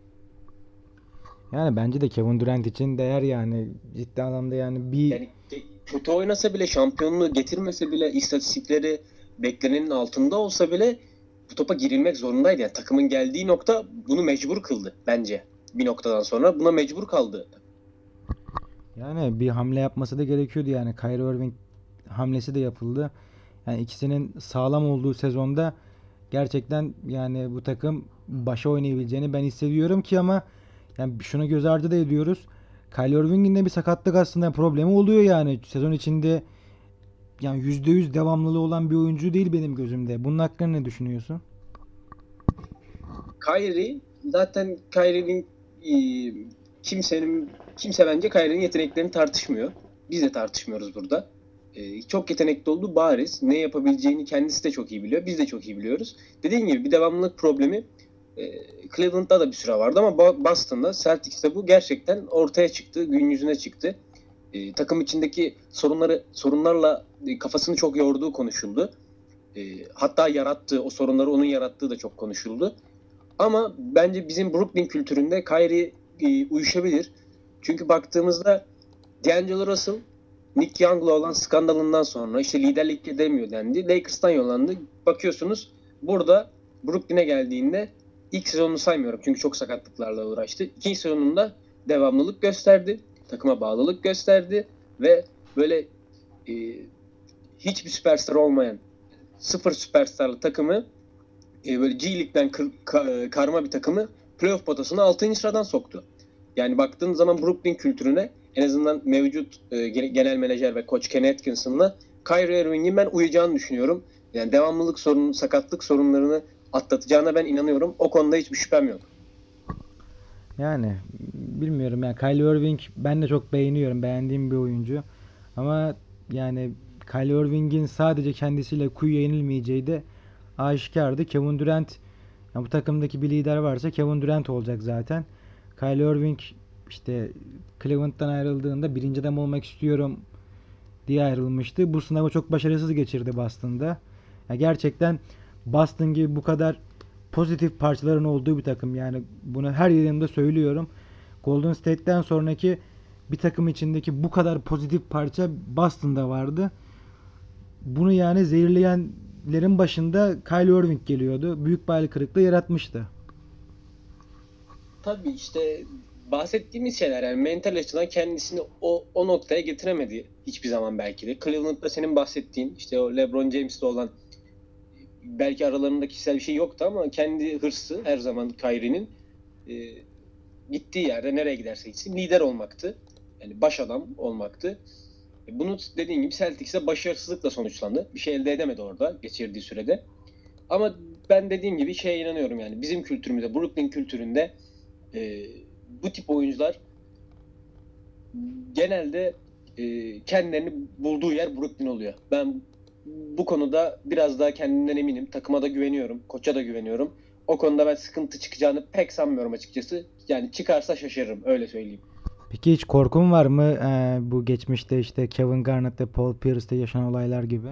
Yani bence de Kevin Durant için değer yani ciddi anlamda yani bir
Yani kötü oynasa bile şampiyonluğu getirmese bile istatistikleri beklenenin altında olsa bile bu topa girilmek zorundaydı. Yani takımın geldiği nokta bunu mecbur kıldı bence. Bir noktadan sonra buna mecbur kaldı.
Yani bir hamle yapması da gerekiyordu yani. Kyrie Irving hamlesi de yapıldı. Yani ikisinin sağlam olduğu sezonda gerçekten yani bu takım başa oynayabileceğini ben hissediyorum ki ama yani şunu göz ardı da ediyoruz. Kyrie Irving'in de bir sakatlık aslında problemi oluyor yani. Sezon içinde yani yüzde yüz devamlılığı olan bir oyuncu değil benim gözümde. Bunun hakkında ne düşünüyorsun?
Kyrie zaten Kyrie'nin e, kimsenin kimse bence Kyrie'nin yeteneklerini tartışmıyor. Biz de tartışmıyoruz burada. E, çok yetenekli olduğu bariz. Ne yapabileceğini kendisi de çok iyi biliyor. Biz de çok iyi biliyoruz. Dediğim gibi bir devamlılık problemi e, Cleveland'da da bir süre vardı ama Boston'da, Celtics'te bu gerçekten ortaya çıktı. Gün yüzüne çıktı. E, takım içindeki sorunları sorunlarla e, kafasını çok yorduğu konuşuldu. E, hatta yarattığı, o sorunları onun yarattığı da çok konuşuldu. Ama bence bizim Brooklyn kültüründe Kyrie e, uyuşabilir. Çünkü baktığımızda D'Angelo Russell, Nick Young'la olan skandalından sonra işte liderlik edemiyor dendi. Lakers'tan yollandı. Bakıyorsunuz burada Brooklyn'e geldiğinde ilk sezonunu saymıyorum çünkü çok sakatlıklarla uğraştı. İkinci sezonunda devamlılık gösterdi. Takıma bağlılık gösterdi ve böyle e, hiçbir süperstar olmayan sıfır süperstarlı takımı e, böyle G League'den kır, ka, karma bir takımı playoff potasına altıncı sıradan soktu. Yani baktığın zaman Brooklyn kültürüne en azından mevcut e, genel menajer ve koç Kenny Atkinson'la Kyrie Irving'in ben uyacağını düşünüyorum. Yani devamlılık sorunu, sakatlık sorunlarını atlatacağına ben inanıyorum. O konuda hiçbir şüphem yok.
Yani bilmiyorum yani Kyrie Irving ben de çok beğeniyorum. Beğendiğim bir oyuncu. Ama yani Kyrie Irving'in sadece kendisiyle kuyuya yenilmeyeceği de aşikardı. Kevin Durant yani bu takımdaki bir lider varsa Kevin Durant olacak zaten. Kyrie Irving işte Cleveland'dan ayrıldığında birinci adam olmak istiyorum diye ayrılmıştı. Bu sınavı çok başarısız geçirdi Boston'da. Ya gerçekten Boston gibi bu kadar pozitif parçaların olduğu bir takım. Yani bunu her yerinde söylüyorum. Golden State'ten sonraki bir takım içindeki bu kadar pozitif parça Boston'da vardı. Bunu yani zehirleyenlerin başında Kyrie Irving geliyordu. Büyük bir hayal kırıklığı yaratmıştı.
Tabii işte bahsettiğimiz şeyler yani mental açıdan kendisini o, o noktaya getiremedi hiçbir zaman belki de. Cleveland'da senin bahsettiğin işte o LeBron James'le olan belki aralarında kişisel bir şey yoktu ama kendi hırsı her zaman Kyrie'nin e, gittiği yerde nereye giderse gitsin lider olmaktı. Yani baş adam olmaktı. E, bunu dediğin gibi Celtics'e başarısızlıkla sonuçlandı. Bir şey elde edemedi orada geçirdiği sürede. Ama ben dediğim gibi şeye inanıyorum yani bizim kültürümüzde, Brooklyn kültüründe e, bu tip oyuncular genelde e, kendilerini bulduğu yer Brooklyn oluyor. Ben bu konuda biraz daha kendimden eminim. Takıma da güveniyorum. Koça da güveniyorum. O konuda ben sıkıntı çıkacağını pek sanmıyorum açıkçası. Yani çıkarsa şaşırırım. Öyle söyleyeyim.
Peki hiç korkun var mı ee, bu geçmişte işte Kevin Garnett ve Paul Pierce'te yaşanan olaylar gibi?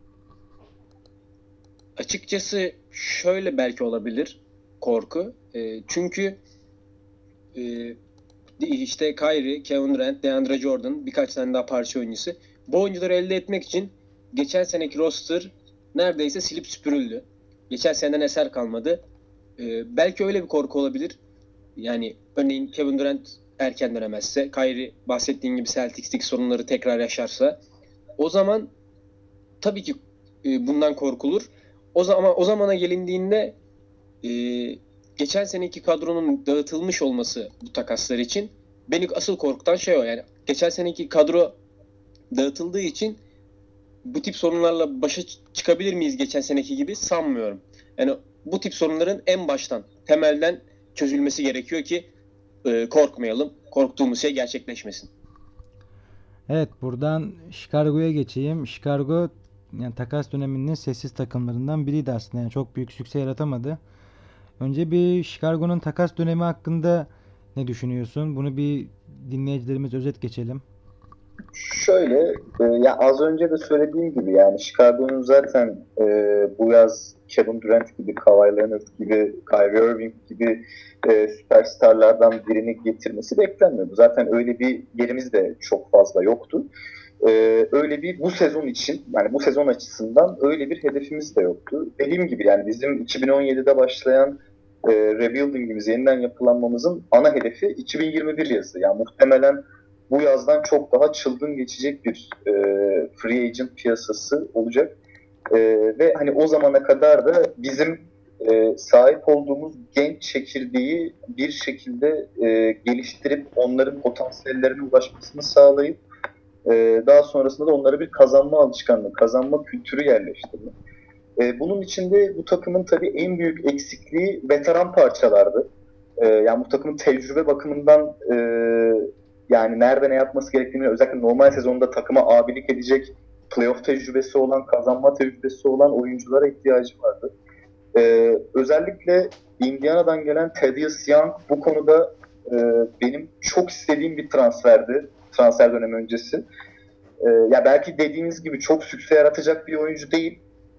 Açıkçası şöyle belki olabilir korku. E, çünkü e, işte Kyrie, Kevin Durant, DeAndre Jordan birkaç tane daha parça oyuncusu. Bu oyuncuları elde etmek için geçen seneki roster neredeyse silip süpürüldü. Geçen seneden eser kalmadı. Ee, belki öyle bir korku olabilir. Yani örneğin Kevin Durant erken dönemezse, Kyrie bahsettiğin gibi Celtics'teki sorunları tekrar yaşarsa o zaman tabii ki e, bundan korkulur. O zaman o zamana gelindiğinde e, geçen seneki kadronun dağıtılmış olması bu takaslar için beni asıl korkutan şey o. Yani geçen seneki kadro dağıtıldığı için bu tip sorunlarla başa çıkabilir miyiz geçen seneki gibi sanmıyorum. Yani bu tip sorunların en baştan, temelden çözülmesi gerekiyor ki e, korkmayalım. Korktuğumuz şey gerçekleşmesin.
Evet, buradan Chicago'ya geçeyim. Chicago yani takas döneminin sessiz takımlarından biriydi aslında. Yani çok büyük sükse yaratamadı. Önce bir Chicago'nun takas dönemi hakkında ne düşünüyorsun? Bunu bir dinleyicilerimiz özet geçelim.
Şöyle, e, ya az önce de söylediğim gibi yani Chicago'nun zaten e, bu yaz Kevin Durant gibi, Kawhi Leonard gibi, Kyrie Irving gibi e, süperstarlardan birini getirmesi beklenmiyordu. Zaten öyle bir yerimiz de çok fazla yoktu. Ee, öyle bir bu sezon için, yani bu sezon açısından öyle bir hedefimiz de yoktu. Dediğim gibi yani bizim iki bin on yedide başlayan e, rebuilding'imiz, yeniden yapılanmamızın ana hedefi iki bin yirmi bir yazı. Yani muhtemelen bu yazdan çok daha çılgın geçecek bir e, free agent piyasası olacak. E, ve hani o zamana kadar da bizim e, sahip olduğumuz genç çekirdeği bir şekilde e, geliştirip onların potansiyellerine ulaşmasını sağlayıp e, daha sonrasında da onlara bir kazanma alışkanlığı, kazanma kültürü yerleştirme. E, bunun içinde bu takımın tabii en büyük eksikliği veteran parçalardı. E, yani bu takımın tecrübe bakımından e, yani nerede ne yapması gerektiğini, özellikle normal sezonda takıma abilik edecek, playoff tecrübesi olan, kazanma tecrübesi olan oyunculara ihtiyacı vardı. Ee, özellikle Indiana'dan gelen Thaddeus Young bu konuda e, benim çok istediğim bir transferdi. Transfer dönemi öncesi. Ee, ya belki dediğiniz gibi çok sükse yaratacak bir oyuncu değil.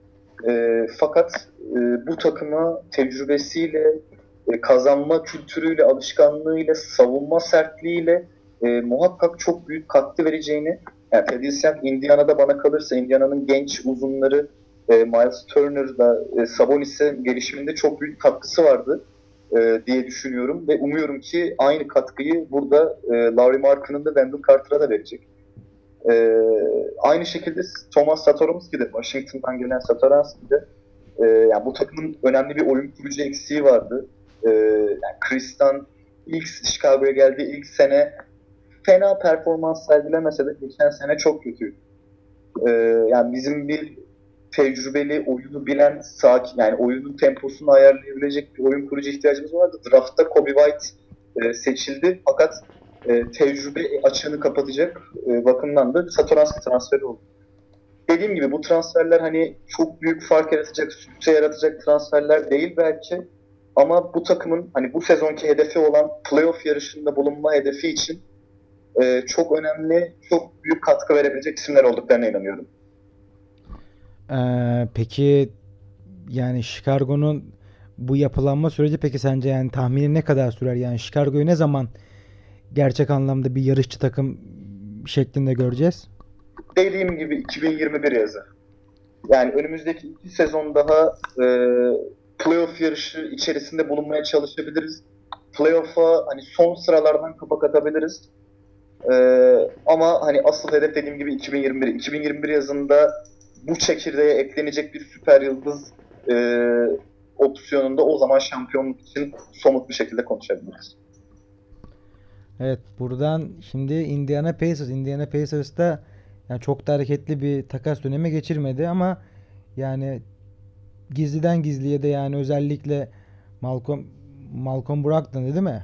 Ee, fakat e, bu takıma tecrübesiyle, e, kazanma kültürüyle, alışkanlığıyla, savunma sertliğiyle e, muhakkak çok büyük katkı vereceğini, yani Thaddeus Young Indiana'da bana kalırsa Indiana'nın genç uzunları e, Miles Turner'da e, Sabonis'in gelişiminde çok büyük katkısı vardı e, diye düşünüyorum ve umuyorum ki aynı katkıyı burada e, Lauri Markkanen'ın da Wendell Carter'a da verecek. E, aynı şekilde Thomas Satoranski de, Washington'dan gelen Satoranski de e, yani bu takımın önemli bir oyun kurucu eksiği vardı. E, yani Chris'tan ilk Chicago'ya geldiği ilk sene fena performans sergilemese de geçen sene çok kötü. Ee, yani bizim bir tecrübeli, oyunu bilen, sakin, yani oyunun temposunu ayarlayabilecek bir oyun kurucu ihtiyacımız vardı. Draftta Kobe White e, seçildi fakat e, tecrübe açığını kapatacak e, bakımdan da Satoranski transferi oldu. Dediğim gibi bu transferler hani çok büyük fark yaratacak, sükse yaratacak transferler değil belki. Ama bu takımın hani bu sezonki hedefi olan playoff yarışında bulunma hedefi için e, çok önemli, çok büyük katkı verebilecek isimler olduklarına inanıyorum.
Ee, peki yani Chicago'nun bu yapılanma süreci peki sence yani tahmini ne kadar sürer? Yani Chicago'yu ne zaman gerçek anlamda bir yarışçı takım şeklinde göreceğiz?
Dediğim gibi iki bin yirmi bir yazı. Yani önümüzdeki iki sezon daha e, playoff yarışı içerisinde bulunmaya çalışabiliriz. Playoff'a hani son sıralardan kapak atabiliriz. E, ama hani asıl hedef dediğim gibi iki bin yirmi bir. iki bin yirmi bir yazında bu çekirdeğe eklenecek bir süper yıldız e, opsiyonunda o zaman şampiyonluk için somut bir şekilde konuşabiliriz.
Evet, buradan şimdi Indiana Pacers. Indiana Pacers'ta yani çok da hareketli bir takas dönemi geçirmedi ama yani gizliden gizliye de yani özellikle Malcolm Malcolm Brogdon değil mi?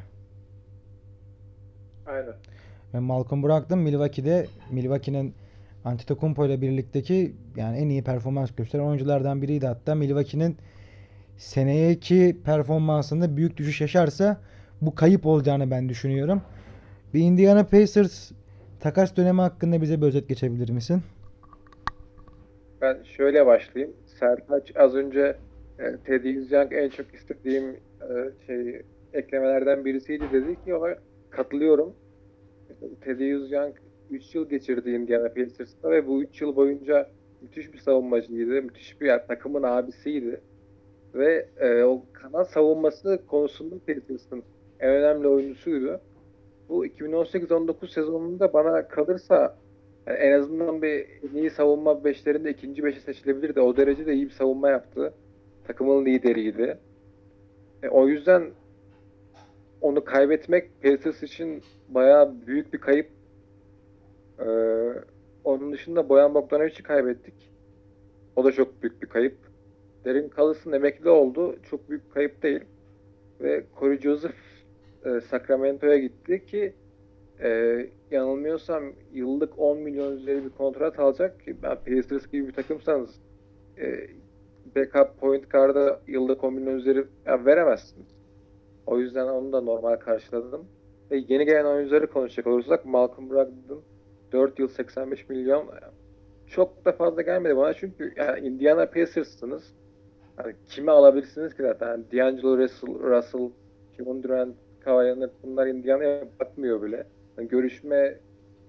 Aynen.
Ve Malcolm Brogdon Milwaukee'de Milwaukee'nin Antetokounmpo ile birlikteki yani en iyi performans gösteren oyunculardan biriydi. Hatta Milwaukee'nin seneyeki performansında büyük düşüş yaşarsa bu kayıp olacağını ben düşünüyorum. Bir Indiana Pacers takas dönemi hakkında bize bir özet geçebilir misin?
Ben şöyle başlayayım. Sertaç az önce e, Thaddeus Young en çok istediğim e, şey eklemelerden birisiydi dedi ki ona katılıyorum. Thaddeus Young üç yıl geçirdi Indiana Pacers'ta ve bu üç yıl boyunca müthiş bir savunmacıydı. Müthiş bir yani, takımın abisiydi. Ve e, o kanat savunması konusunda Pacers'ın en önemli oyuncusuydu. Bu iki bin on sekiz on dokuz sezonunda bana kalırsa yani en azından bir en iyi savunma beşlerinde ikinci beşe seçilebilirdi. O derece de iyi bir savunma yaptı. Takımın lideriydi. E, o yüzden onu kaybetmek Pacers için bayağı büyük bir kayıp. Ee, onun dışında Bojan Bogdanovic'i kaybettik. O da çok büyük bir kayıp. Derin Collison emekli oldu. Çok büyük bir kayıp değil. Ve Corey Joseph e, Sacramento'ya gitti ki e, yanılmıyorsam yıllık on milyon üzeri bir kontrat alacak ki ben Pacers gibi bir takımsanız e, backup point guard'a yıllık on milyon üzeri ya, veremezsiniz. O yüzden onu da normal karşıladım. Ve yeni gelen oyuncuları konuşacak olursak Malcolm Brogdon dört yıl seksen beş milyon çok da fazla gelmedi bana çünkü yani Indiana Pacers'sınız. Yani kimi alabilirsiniz ki zaten? Yani D'Angelo Russell, Russell, Kevin Durant, Kawhi Leonard bunlar Indiana'ya bakmıyor bile. Yani görüşme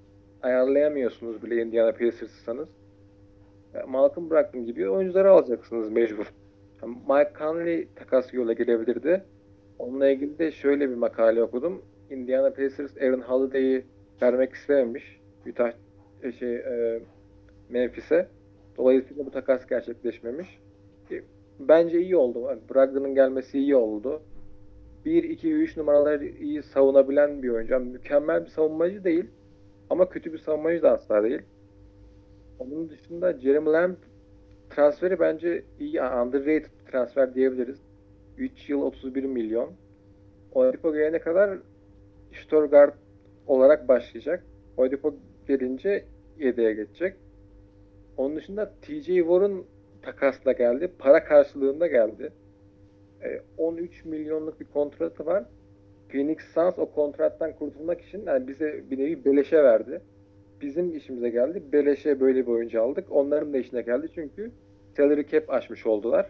ayarlayamıyorsunuz bile Indiana Pacers'sanız. E, Malcolm Brogdon gibi oyuncuları alacaksınız mecbur. Yani Mike Conley takas yola girebilirdi. Onunla ilgili de şöyle bir makale okudum. Indiana Pacers Aaron Holiday'i vermek istememiş. Utah e, şey e, Memphis'e. Dolayısıyla bu takas gerçekleşmemiş. E, Bence iyi oldu. Yani Brogdon'un gelmesi iyi oldu. bir, iki, üç numaraları iyi savunabilen bir oyuncu. Yani mükemmel bir savunmacı değil. Ama kötü bir savunmacı da asla değil. Onun dışında Jeremy Lamb transferi bence iyi. Yani underrated transfer diyebiliriz. üç yıl otuz bir milyon. Oladipo gelene kadar Stuttgart olarak başlayacak. Oladipo gelince yedeğe geçecek. Onun dışında T J Warren takasla geldi. Para karşılığında geldi. E, on üç milyonluk bir kontratı var. Phoenix Suns o kontrattan kurtulmak için yani bize bir nevi beleşe verdi. Bizim işimize geldi. Beleşe böyle bir oyuncu aldık. Onların da işine geldi çünkü salary cap aşmış oldular.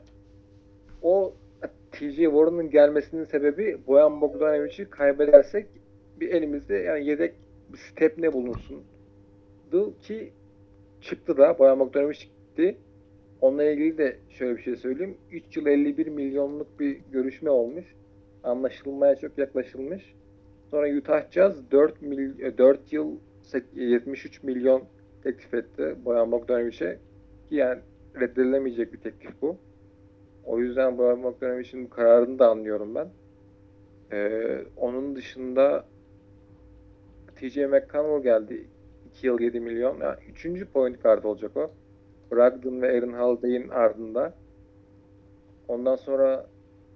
O T J Warren'ın gelmesinin sebebi Bojan Bogdanovic'i kaybedersek bir elimizde yani yedek bir step ne bulunsun ki çıktı da Bojan Bogdanovic çıktı. Onunla ilgili de şöyle bir şey söyleyeyim. üç yıl elli bir milyonluk bir görüşme olmuş. Anlaşılmaya çok yaklaşılmış. Sonra Utah Jazz dört, mil, dört yıl yetmiş üç milyon teklif etti Bojan Bogdanovic'e. Ki yani reddedilemeyecek bir teklif bu. O yüzden Bojan Bogdanovic'in kararını da anlıyorum ben. Ee, onun dışında T J McConnell geldi. iki yıl yedi milyon. Yani üçüncü point guard olacak o. Brogdon ve Aaron Holiday'in ardında. Ondan sonra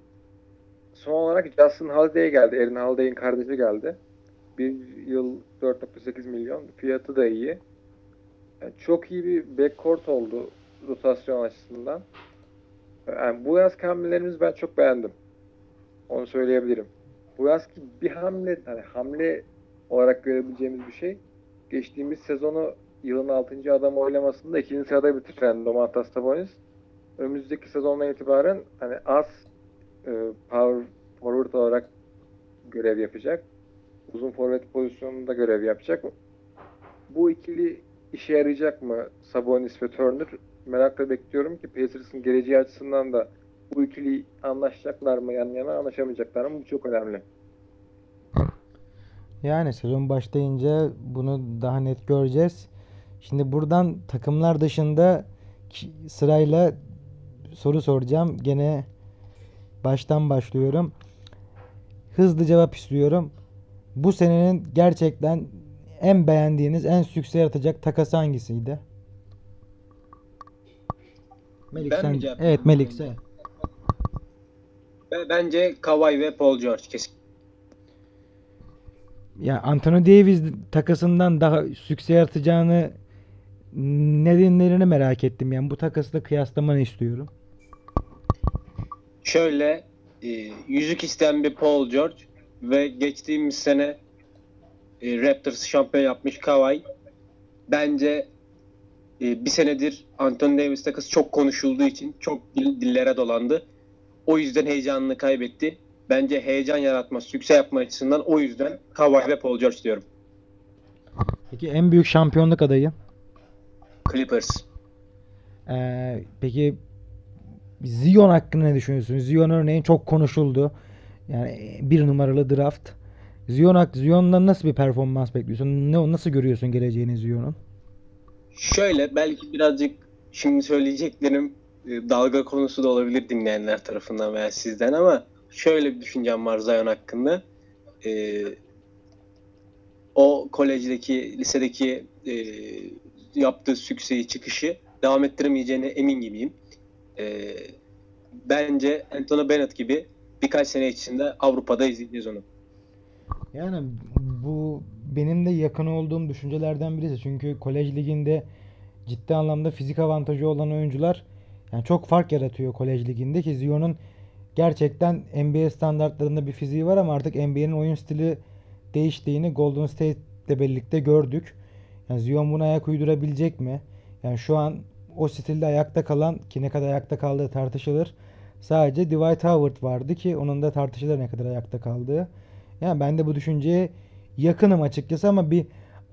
son olarak Justin Holiday geldi. Aaron Holiday'in kardeşi geldi. Bir yıl dört nokta sekiz milyon. Fiyatı da iyi. Yani çok iyi bir backcourt oldu rotasyon açısından. Yani bu yaz hamlelerimizi ben çok beğendim. Onu söyleyebilirim. Bu yaz ki bir hamle, hani hamle olarak görebileceğimiz bir şey. Geçtiğimiz sezonu yılın altıncı adam oylamasında ikinci sırada bitiren Domantas Sabonis önümüzdeki sezondan itibaren hani az e, power forward olarak görev yapacak. Uzun forvet pozisyonunda görev yapacak. Bu ikili işe yarayacak mı Sabonis ve Turner? Merakla bekliyorum ki Pacers'ın geleceği açısından da bu ikili anlaşacaklar mı yan yana anlaşamayacaklar mı? Bu çok önemli.
Yani sezon başlayınca bunu daha net göreceğiz. Şimdi buradan takımlar dışında ki- sırayla soru soracağım. Gene baştan başlıyorum. Hızlı cevap istiyorum. Bu senenin gerçekten en beğendiğiniz, en sükse yaratacak takası hangisiydi? Melik
Ben
sen.
mi cevap
Evet
vereyim?
Melik sen.
Ve bence Kawhi ve Paul George kesin.
Ya Anthony Davis takasından daha sükse yaratacağını nedenlerini merak ettim. Yani bu takasla kıyaslamanı istiyorum.
Şöyle e, yüzük isteyen bir Paul George ve geçtiğimiz sene e, Raptors şampiyon yapmış Kawhi. Bence e, bir senedir Anthony Davis takası çok konuşulduğu için çok dil- dillere dolandı. O yüzden heyecanını kaybetti. Bence heyecan yaratma, sükse yapma açısından o yüzden Kawhi ve Paul George diyorum.
Peki en büyük şampiyonluk adayı?
Clippers.
Ee, peki Zion hakkında ne düşünüyorsunuz? Zion örneğin çok konuşuldu. Yani bir numaralı draft. Zion hak- Zion'dan nasıl bir performans bekliyorsun? Ne nasıl görüyorsun geleceğini Zion'un?
Şöyle belki birazcık şimdi söyleyeceklerim e, dalga konusu da olabilir dinleyenler tarafından veya sizden ama şöyle bir düşüncem var Zion hakkında. E, o kolejdeki, lisedeki e, yaptığı sükseyi, çıkışı devam ettiremeyeceğine emin gibiyim. E, bence Anthony Bennett gibi birkaç sene içinde Avrupa'da izleyeceğiz onu.
Yani bu benim de yakın olduğum düşüncelerden birisi. Çünkü kolej liginde ciddi anlamda fizik avantajı olan oyuncular yani çok fark yaratıyor kolej liginde ki Zion'un gerçekten N B A standartlarında bir fiziği var ama artık N B A'nin oyun stili değiştiğini Golden State'le birlikte gördük. Yani Zion buna ayak uydurabilecek mi? Yani şu an o stilde ayakta kalan ki ne kadar ayakta kaldığı tartışılır. Sadece Dwight Howard vardı ki onun da tartışılır ne kadar ayakta kaldığı. Yani ben de bu düşünceye yakınım açıkçası ama bir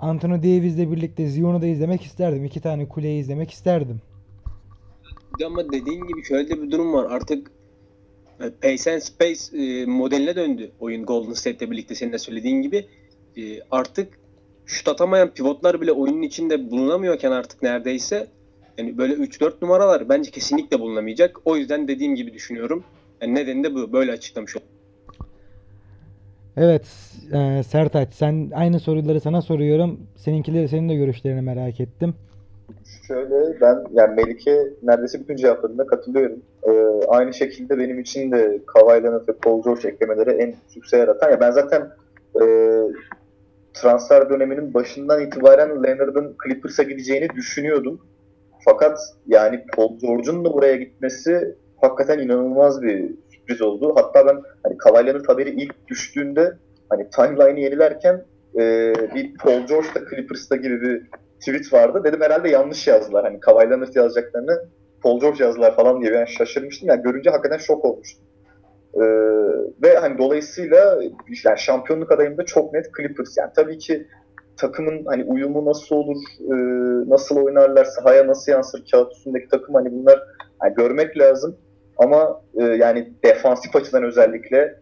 Anthony Davis'le birlikte Zion'u da izlemek isterdim. İki tane kuleyi izlemek isterdim.
Ama dediğin gibi şöyle de bir durum var. Artık e, Pace and Space e, modeline döndü oyun Golden State'le birlikte senin de söylediğin gibi. E, artık şut atamayan pivotlar bile oyunun içinde bulunamıyorken artık neredeyse yani böyle üç dört numaralar bence kesinlikle bulunamayacak. O yüzden dediğim gibi düşünüyorum. Yani nedeni de bu. Böyle açıklamış oldum.
Evet, e, Sertaç, sen aynı soruları sana soruyorum. Seninkileri, senin de görüşlerini merak ettim.
Şöyle ben yani Melike neredeyse bütün cevaplarına katılıyorum. Ee, aynı şekilde benim için de Kawhi Leonard ve Paul George eklemeleri en sükse yaratan. Ya ben zaten e, transfer döneminin başından itibaren Leonard'ın Clippers'a gideceğini düşünüyordum. Fakat yani Paul George'un da buraya gitmesi hakikaten inanılmaz bir sürpriz oldu. Hatta ben hani Kawhi Leonard haberi ilk düştüğünde hani timeline'ı yenilerken e, bir Paul George da Clippers'ta gibi bir tweet vardı. Dedim herhalde yanlış yazdılar. Hani Kawhi Leonard yazacaklarını Paul George yazdılar falan diye ben şaşırmıştım. Yani görünce hakikaten şok olmuştum. Ee, ve hani dolayısıyla yani şampiyonluk adayım da çok net Clippers. Yani tabii ki takımın hani uyumu nasıl olur, e, nasıl oynarlar, sahaya nasıl yansır, kağıt üstündeki takım hani bunlar yani görmek lazım. Ama e, yani defansif açıdan özellikle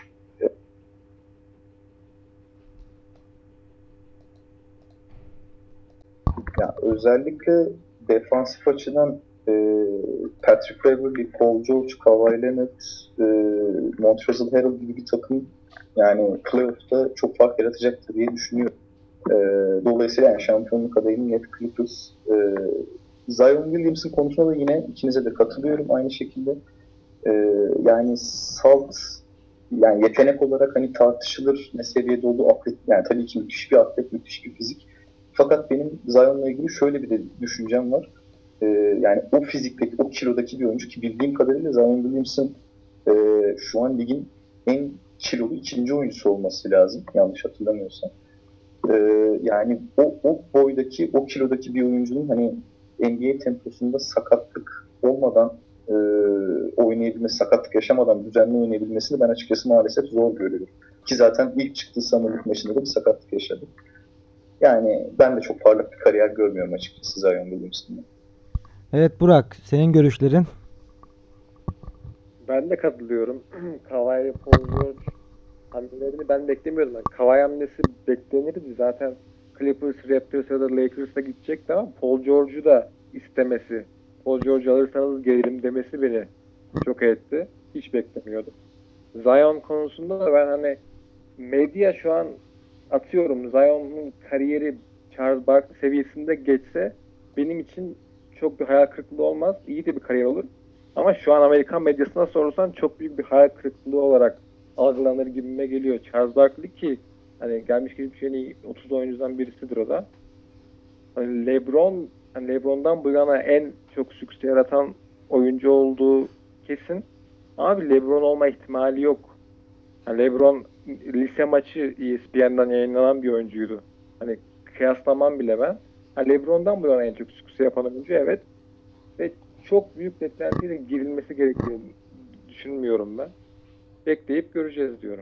ya özellikle defansif açıdan e, Patrick Beverley, Paul George, Kawhi Leonard, e, Montrezl Harrell gibi bir takım yani playoff'ta çok fark yaratacaktır diye düşünüyorum. E, dolayısıyla yani şampiyonluk adayının net Clippers. E, Zion Williamson konusunda da yine ikinize de katılıyorum aynı şekilde. E, yani salt yani yetenek olarak hani tartışılır ne seviyede olduğu atlet yani tabii ki müthiş bir atlet, müthiş bir fizik. Fakat benim Zion'la ilgili şöyle bir de düşüncem var. Ee, yani o fizikteki, o kilodaki bir oyuncu ki bildiğim kadarıyla Zion Williamson e, şu an ligin en kilolu ikinci oyuncusu olması lazım. Yanlış hatırlamıyorsam. Ee, yani o, o boydaki, o kilodaki bir oyuncunun hani N B A temposunda sakatlık olmadan e, oynayabilmesi, sakatlık yaşamadan düzenli oynayabilmesini ben açıkçası maalesef zor görüyorum. Ki zaten ilk çıktığı Summer maçında da bir sakatlık yaşadı. Yani ben de çok parlak bir kariyer görmüyorum açıkçası Zion Williamson'da.
Evet Burak, senin görüşlerin?
Ben de katılıyorum. Kawhi ve Paul George hamlelerini ben beklemiyordum. Yani Kawhi hamlesi beklenirdi. Zaten Clippers, Raptors ya da Lakers'a gidecekti ama Paul George'u da istemesi, Paul George alırsanız gelirim demesi beni çok etti. Hiç beklemiyordum. Zion konusunda da ben hani medya şu an atıyorum Zion'un kariyeri Charles Barkley seviyesinde geçse benim için çok bir hayal kırıklığı olmaz. İyi de bir kariyer olur. Ama şu an Amerikan medyasına sorursan çok büyük bir hayal kırıklığı olarak algılanır gibime geliyor. Charles Barkley ki hani gelmiş geçmiş en iyi otuz oyuncudan birisidir o da. Hani LeBron, hani LeBron'dan bu yana en çok sükse yaratan oyuncu olduğu kesin. Abi LeBron olma ihtimali yok. Yani LeBron lise maçı E S P N'den yayınlanan bir oyuncuydu. Hani kıyaslamam bile ben. Yani LeBron'dan bu yana en çok sükse yapan oyuncu evet. Ve çok büyük beklentiyle girilmesi gerektiğini düşünmüyorum ben. Bekleyip göreceğiz diyorum.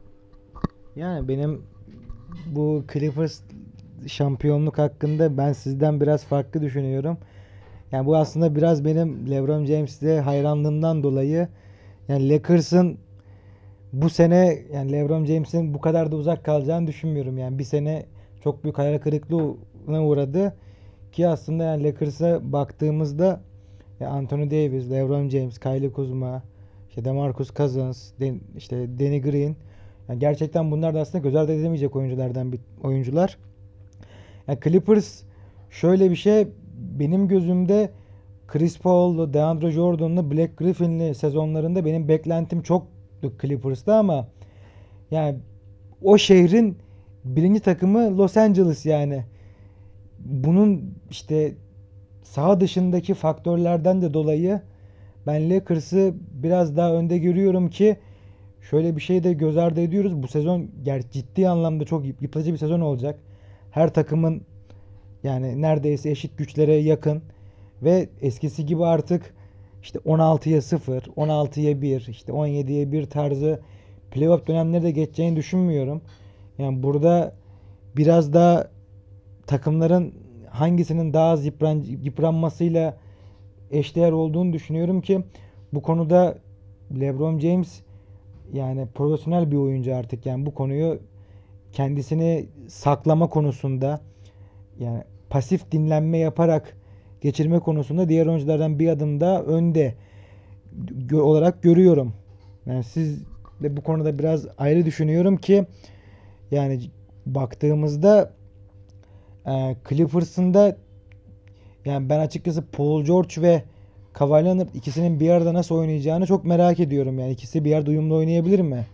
Yani benim bu Clippers şampiyonluk hakkında ben sizden biraz farklı düşünüyorum. Yani bu aslında biraz benim LeBron James'e hayranlığımdan dolayı. Yani Lakers'ın bu sene yani LeBron James'in bu kadar da uzak kalacağını düşünmüyorum. Yani bir sene çok büyük hayal kırıklığına uğradı. Ki aslında yani Lakers'a baktığımızda ya Anthony Davis, LeBron James, Kyle Kuzma, işte DeMarcus Cousins, Den, işte Danny Green. Yani gerçekten bunlar da aslında göz ardı edilemeyecek oyunculardan bir oyuncular. Yani Clippers şöyle bir şey benim gözümde Chris Paul'lu, DeAndre Jordan'lı, Black Griffin'li sezonlarında benim beklentim çoktu Clippers'ta ama yani o şehrin birinci takımı Los Angeles yani. Bunun işte saha dışındaki faktörlerden de dolayı ben Lakers'ı biraz daha önde görüyorum ki şöyle bir şey de göz ardı ediyoruz. Bu sezon ciddi anlamda çok yıpratıcı bir sezon olacak. Her takımın yani neredeyse eşit güçlere yakın ve eskisi gibi artık işte on altıya sıfır, on altıya bir, işte on yediye bir tarzı playoff dönemleri de geçeceğini düşünmüyorum. Yani burada biraz daha takımların hangisinin daha az yıpran, yıpranmasıyla eşdeğer olduğunu düşünüyorum ki bu konuda LeBron James yani profesyonel bir oyuncu artık, yani bu konuyu kendisini saklama konusunda, yani pasif dinlenme yaparak geçirme konusunda diğer oyunculardan bir adım daha önde gö- olarak görüyorum. Yani siz de bu konuda biraz ayrı düşünüyorum ki yani baktığımızda e, Clippers'ın da yani ben açıkçası Paul George ve Kawhi Leonard ikisinin bir arada nasıl oynayacağını çok merak ediyorum. Yani ikisi bir yerde uyumlu oynayabilir mi?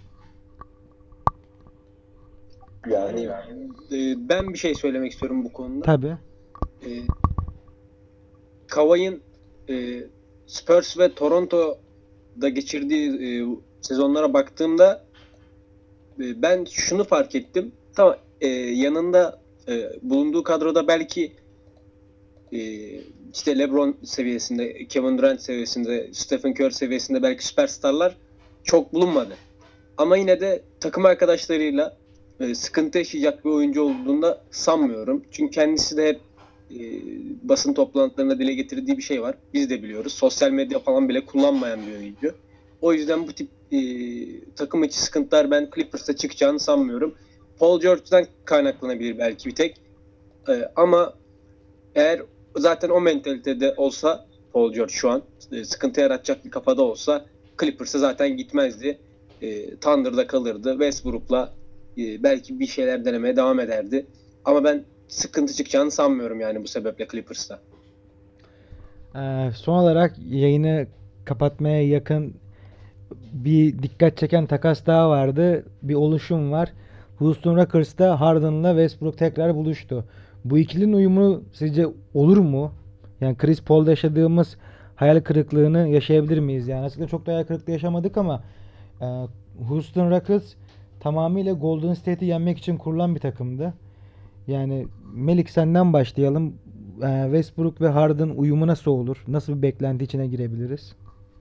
Yani e, ben bir şey söylemek istiyorum bu konuda.
Tabii.
E, Kawhi'nin e, Spurs ve Toronto'da geçirdiği e, sezonlara baktığımda e, ben şunu fark ettim. Tamam, e, yanında e, bulunduğu kadroda belki e, işte LeBron seviyesinde, Kevin Durant seviyesinde, Stephen Curry seviyesinde belki süperstarlar çok bulunmadı. Ama yine de takım arkadaşlarıyla e, sıkıntı yaşayacak bir oyuncu olduğunda sanmıyorum. Çünkü kendisi de hep e, basın toplantılarında dile getirdiği bir şey var. Biz de biliyoruz. Sosyal medya falan bile kullanmayan bir oyuncu. O yüzden bu tip e, takım içi sıkıntılar ben Clippers'ta çıkacağını sanmıyorum. Paul George'dan kaynaklanabilir belki bir tek. E, ama eğer zaten o mentalitede olsa Paul George şu an e, sıkıntı yaratacak bir kafada olsa Clippers'a zaten gitmezdi. E, Thunder'da kalırdı. Westbrook'la e, belki bir şeyler denemeye devam ederdi. Ama ben sıkıntı çıkacağını sanmıyorum yani bu sebeple Clippers'ta.
Ee, son olarak yayını kapatmaya yakın bir dikkat çeken takas daha vardı. Bir oluşum var. Houston Rockets'ta Harden'la Westbrook tekrar buluştu. Bu ikilinin uyumu sizce olur mu? Yani Chris Paul'da yaşadığımız hayal kırıklığını yaşayabilir miyiz? Yani aslında çok da hayal kırıklığı yaşamadık ama e, Houston Rockets tamamıyla Golden State'i yenmek için kurulan bir takımdı. Yani Melik, senden başlayalım. E, Westbrook ve Harden uyumu nasıl olur? Nasıl bir beklenti içine girebiliriz?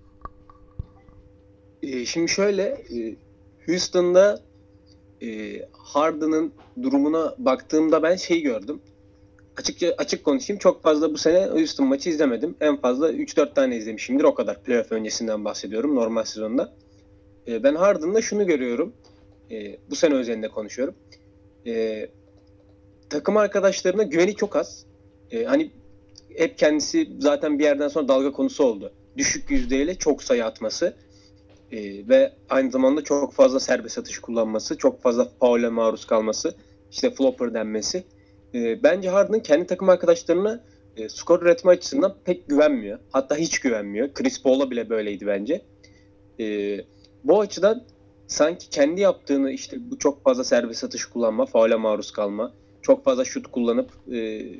E, şimdi şöyle e, Houston'da e, Harden'ın durumuna baktığımda ben şeyi gördüm. Açıkça açık konuşayım, çok fazla bu sene Houston maçı izlemedim. En fazla üç dört tane izlemişimdir. O kadar. Playoff öncesinden bahsediyorum, normal sezonda. E, ben Harden'da şunu görüyorum. E, bu sene özelinde konuşuyorum. E, takım arkadaşlarına güveni çok az. E, hani hep kendisi zaten bir yerden sonra dalga konusu oldu. Düşük yüzdeyle çok sayı atması e, ve aynı zamanda çok fazla serbest atış kullanması, çok fazla faule maruz kalması, işte flopper denmesi. E, bence Harden kendi takım arkadaşlarına e, skor üretme açısından pek güvenmiyor. Hatta hiç güvenmiyor. Chris Paul'a bile böyleydi bence. E, bu açıdan sanki kendi yaptığını, işte bu çok fazla serbest atış kullanma, faule maruz kalma, çok fazla şut kullanıp e, e,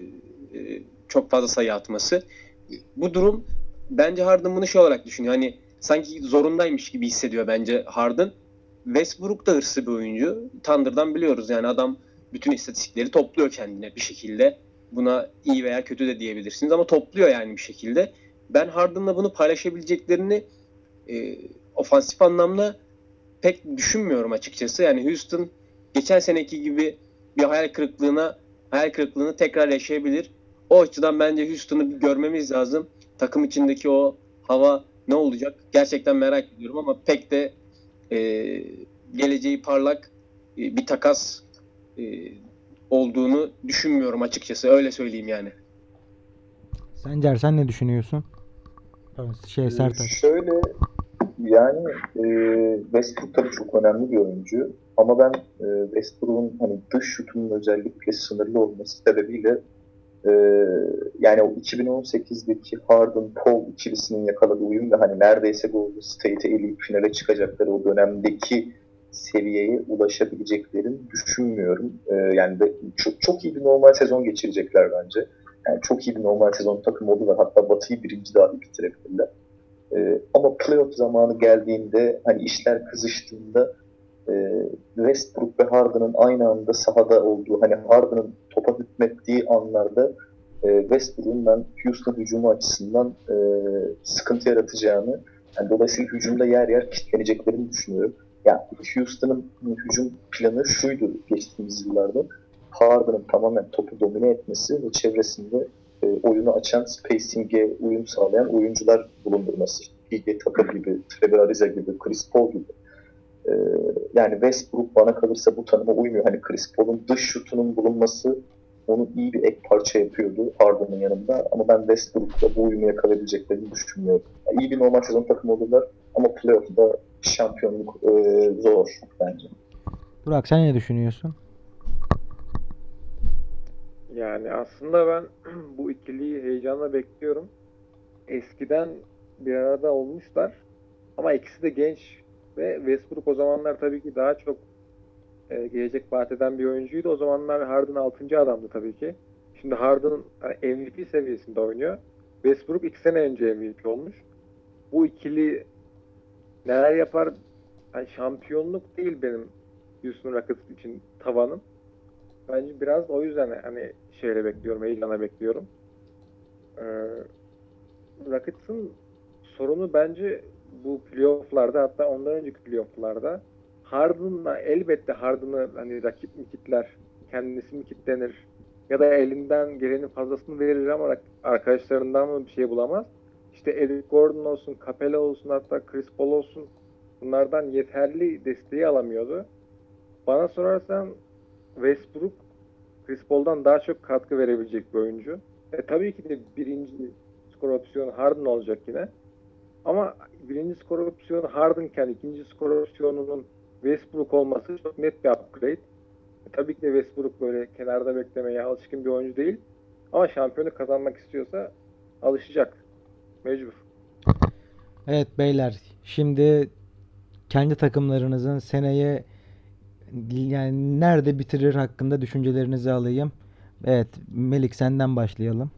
çok fazla sayı atması. Bu durum bence Harden bunu şey olarak düşünüyor. Hani sanki zorundaymış gibi hissediyor bence Harden. Westbrook da hırslı bir oyuncu. Thunder'dan biliyoruz yani adam bütün istatistikleri topluyor kendine bir şekilde. Buna iyi veya kötü de diyebilirsiniz ama topluyor yani bir şekilde. Ben Harden'la bunu paylaşabileceklerini e, ofansif anlamda pek düşünmüyorum açıkçası. Yani Houston geçen seneki gibi bir hayal kırıklığına hayal kırıklığını tekrar yaşayabilir. O açıdan bence Houston'u bir görmemiz lazım. Takım içindeki o hava ne olacak? Gerçekten merak ediyorum ama pek de e, geleceği parlak e, bir takas e, olduğunu düşünmüyorum açıkçası. Öyle söyleyeyim yani.
Sencer, sen ne düşünüyorsun? Pardon, Şey
Ee,
Sertaç.
Şöyle yani e, Westbrook tabii çok önemli bir oyuncu ama ben e, Westbrook'un hani dış şutunun özellikle sınırlı olması sebebiyle e, yani o iki bin on sekizdeki Harden Paul ikilisinin yakaladığı uyum ve hani neredeyse Golden State'e eleyip finale çıkacakları o dönemdeki seviyeye ulaşabileceklerini düşünmüyorum. E, yani de, çok, çok iyi bir normal sezon geçirecekler bence. Yani çok iyi bir normal sezon takımı oldular. Hatta Batı'yı birinci dahi bitirebilirler. Ee, ama playoff zamanı geldiğinde hani işler kızıştığında e, Westbrook ve Harden'ın aynı anda sahada olduğu hani Harden'ın topa hükmettiği anlarda e, Westbrook'un ben Houston hücumu açısından e, sıkıntı yaratacağını yani dolayısıyla hücumda yer yer kilitleneceklerini düşünüyorum. Yani Houston'ın hücum planı şuydu geçtiğimiz yıllarda. Harden'ın tamamen topu domine etmesi ve çevresinde e, oyunu açan, spacing'e uyum sağlayan oyuncular bulundurması. P J Tucker gibi, Trevor Ariza gibi, Chris Paul gibi. E, yani Westbrook bana kalırsa bu tanıma uymuyor. Hani Chris Paul'un dış şutunun bulunması onu iyi bir ek parça yapıyordu Harden'ın yanında. Ama ben Westbrook'la bu uyumu yakalayabileceklerini düşünmüyorum. Yani iyi bir normal sezon takımı olurlar ama playoff'da şampiyonluk e, zor bence.
Burak sen ne düşünüyorsun?
Yani aslında ben bu ikiliyi heyecanla bekliyorum. Eskiden bir arada olmuşlar ama ikisi de genç ve Westbrook o zamanlar tabii ki daha çok e, gelecek vaat eden bir oyuncuydu. O zamanlar Harden altıncı adamdı tabii ki. Şimdi Harden hani M V P seviyesinde oynuyor. Westbrook iki sene önce M V P olmuş. Bu ikili neler yapar? Yani şampiyonluk değil benim Houston Rockets için tavanım. Bence biraz o yüzden hani şeyle bekliyorum, heyecanla bekliyorum. Ee, Rockets'ın sorunu bence bu playoff'larda, hatta ondan önceki playoff'larda Harden'la elbette Harden'ı hani rakip mi kitler, kendisi mi kitlenir ya da elinden gelenin fazlasını verir ama arkadaşlarından mı bir şey bulamaz. İşte Eric Gordon olsun, Capela olsun, hatta Chris Paul olsun, bunlardan yeterli desteği alamıyordu. Bana sorarsan Westbrook Chris Paul'dan daha çok katkı verebilecek bir oyuncu. E, tabii ki de birinci skor opsiyonu Harden olacak yine. Ama birinci skor opsiyonu Harden'ken ikinci skor opsiyonunun Westbrook olması çok net bir upgrade. E, tabii ki de Westbrook böyle kenarda beklemeye alışkın bir oyuncu değil. Ama şampiyonu kazanmak istiyorsa alışacak. Mecbur.
Evet beyler, şimdi kendi takımlarınızın seneye yani nerede bitirir hakkında düşüncelerinizi alayım. Evet, Melik senden başlayalım.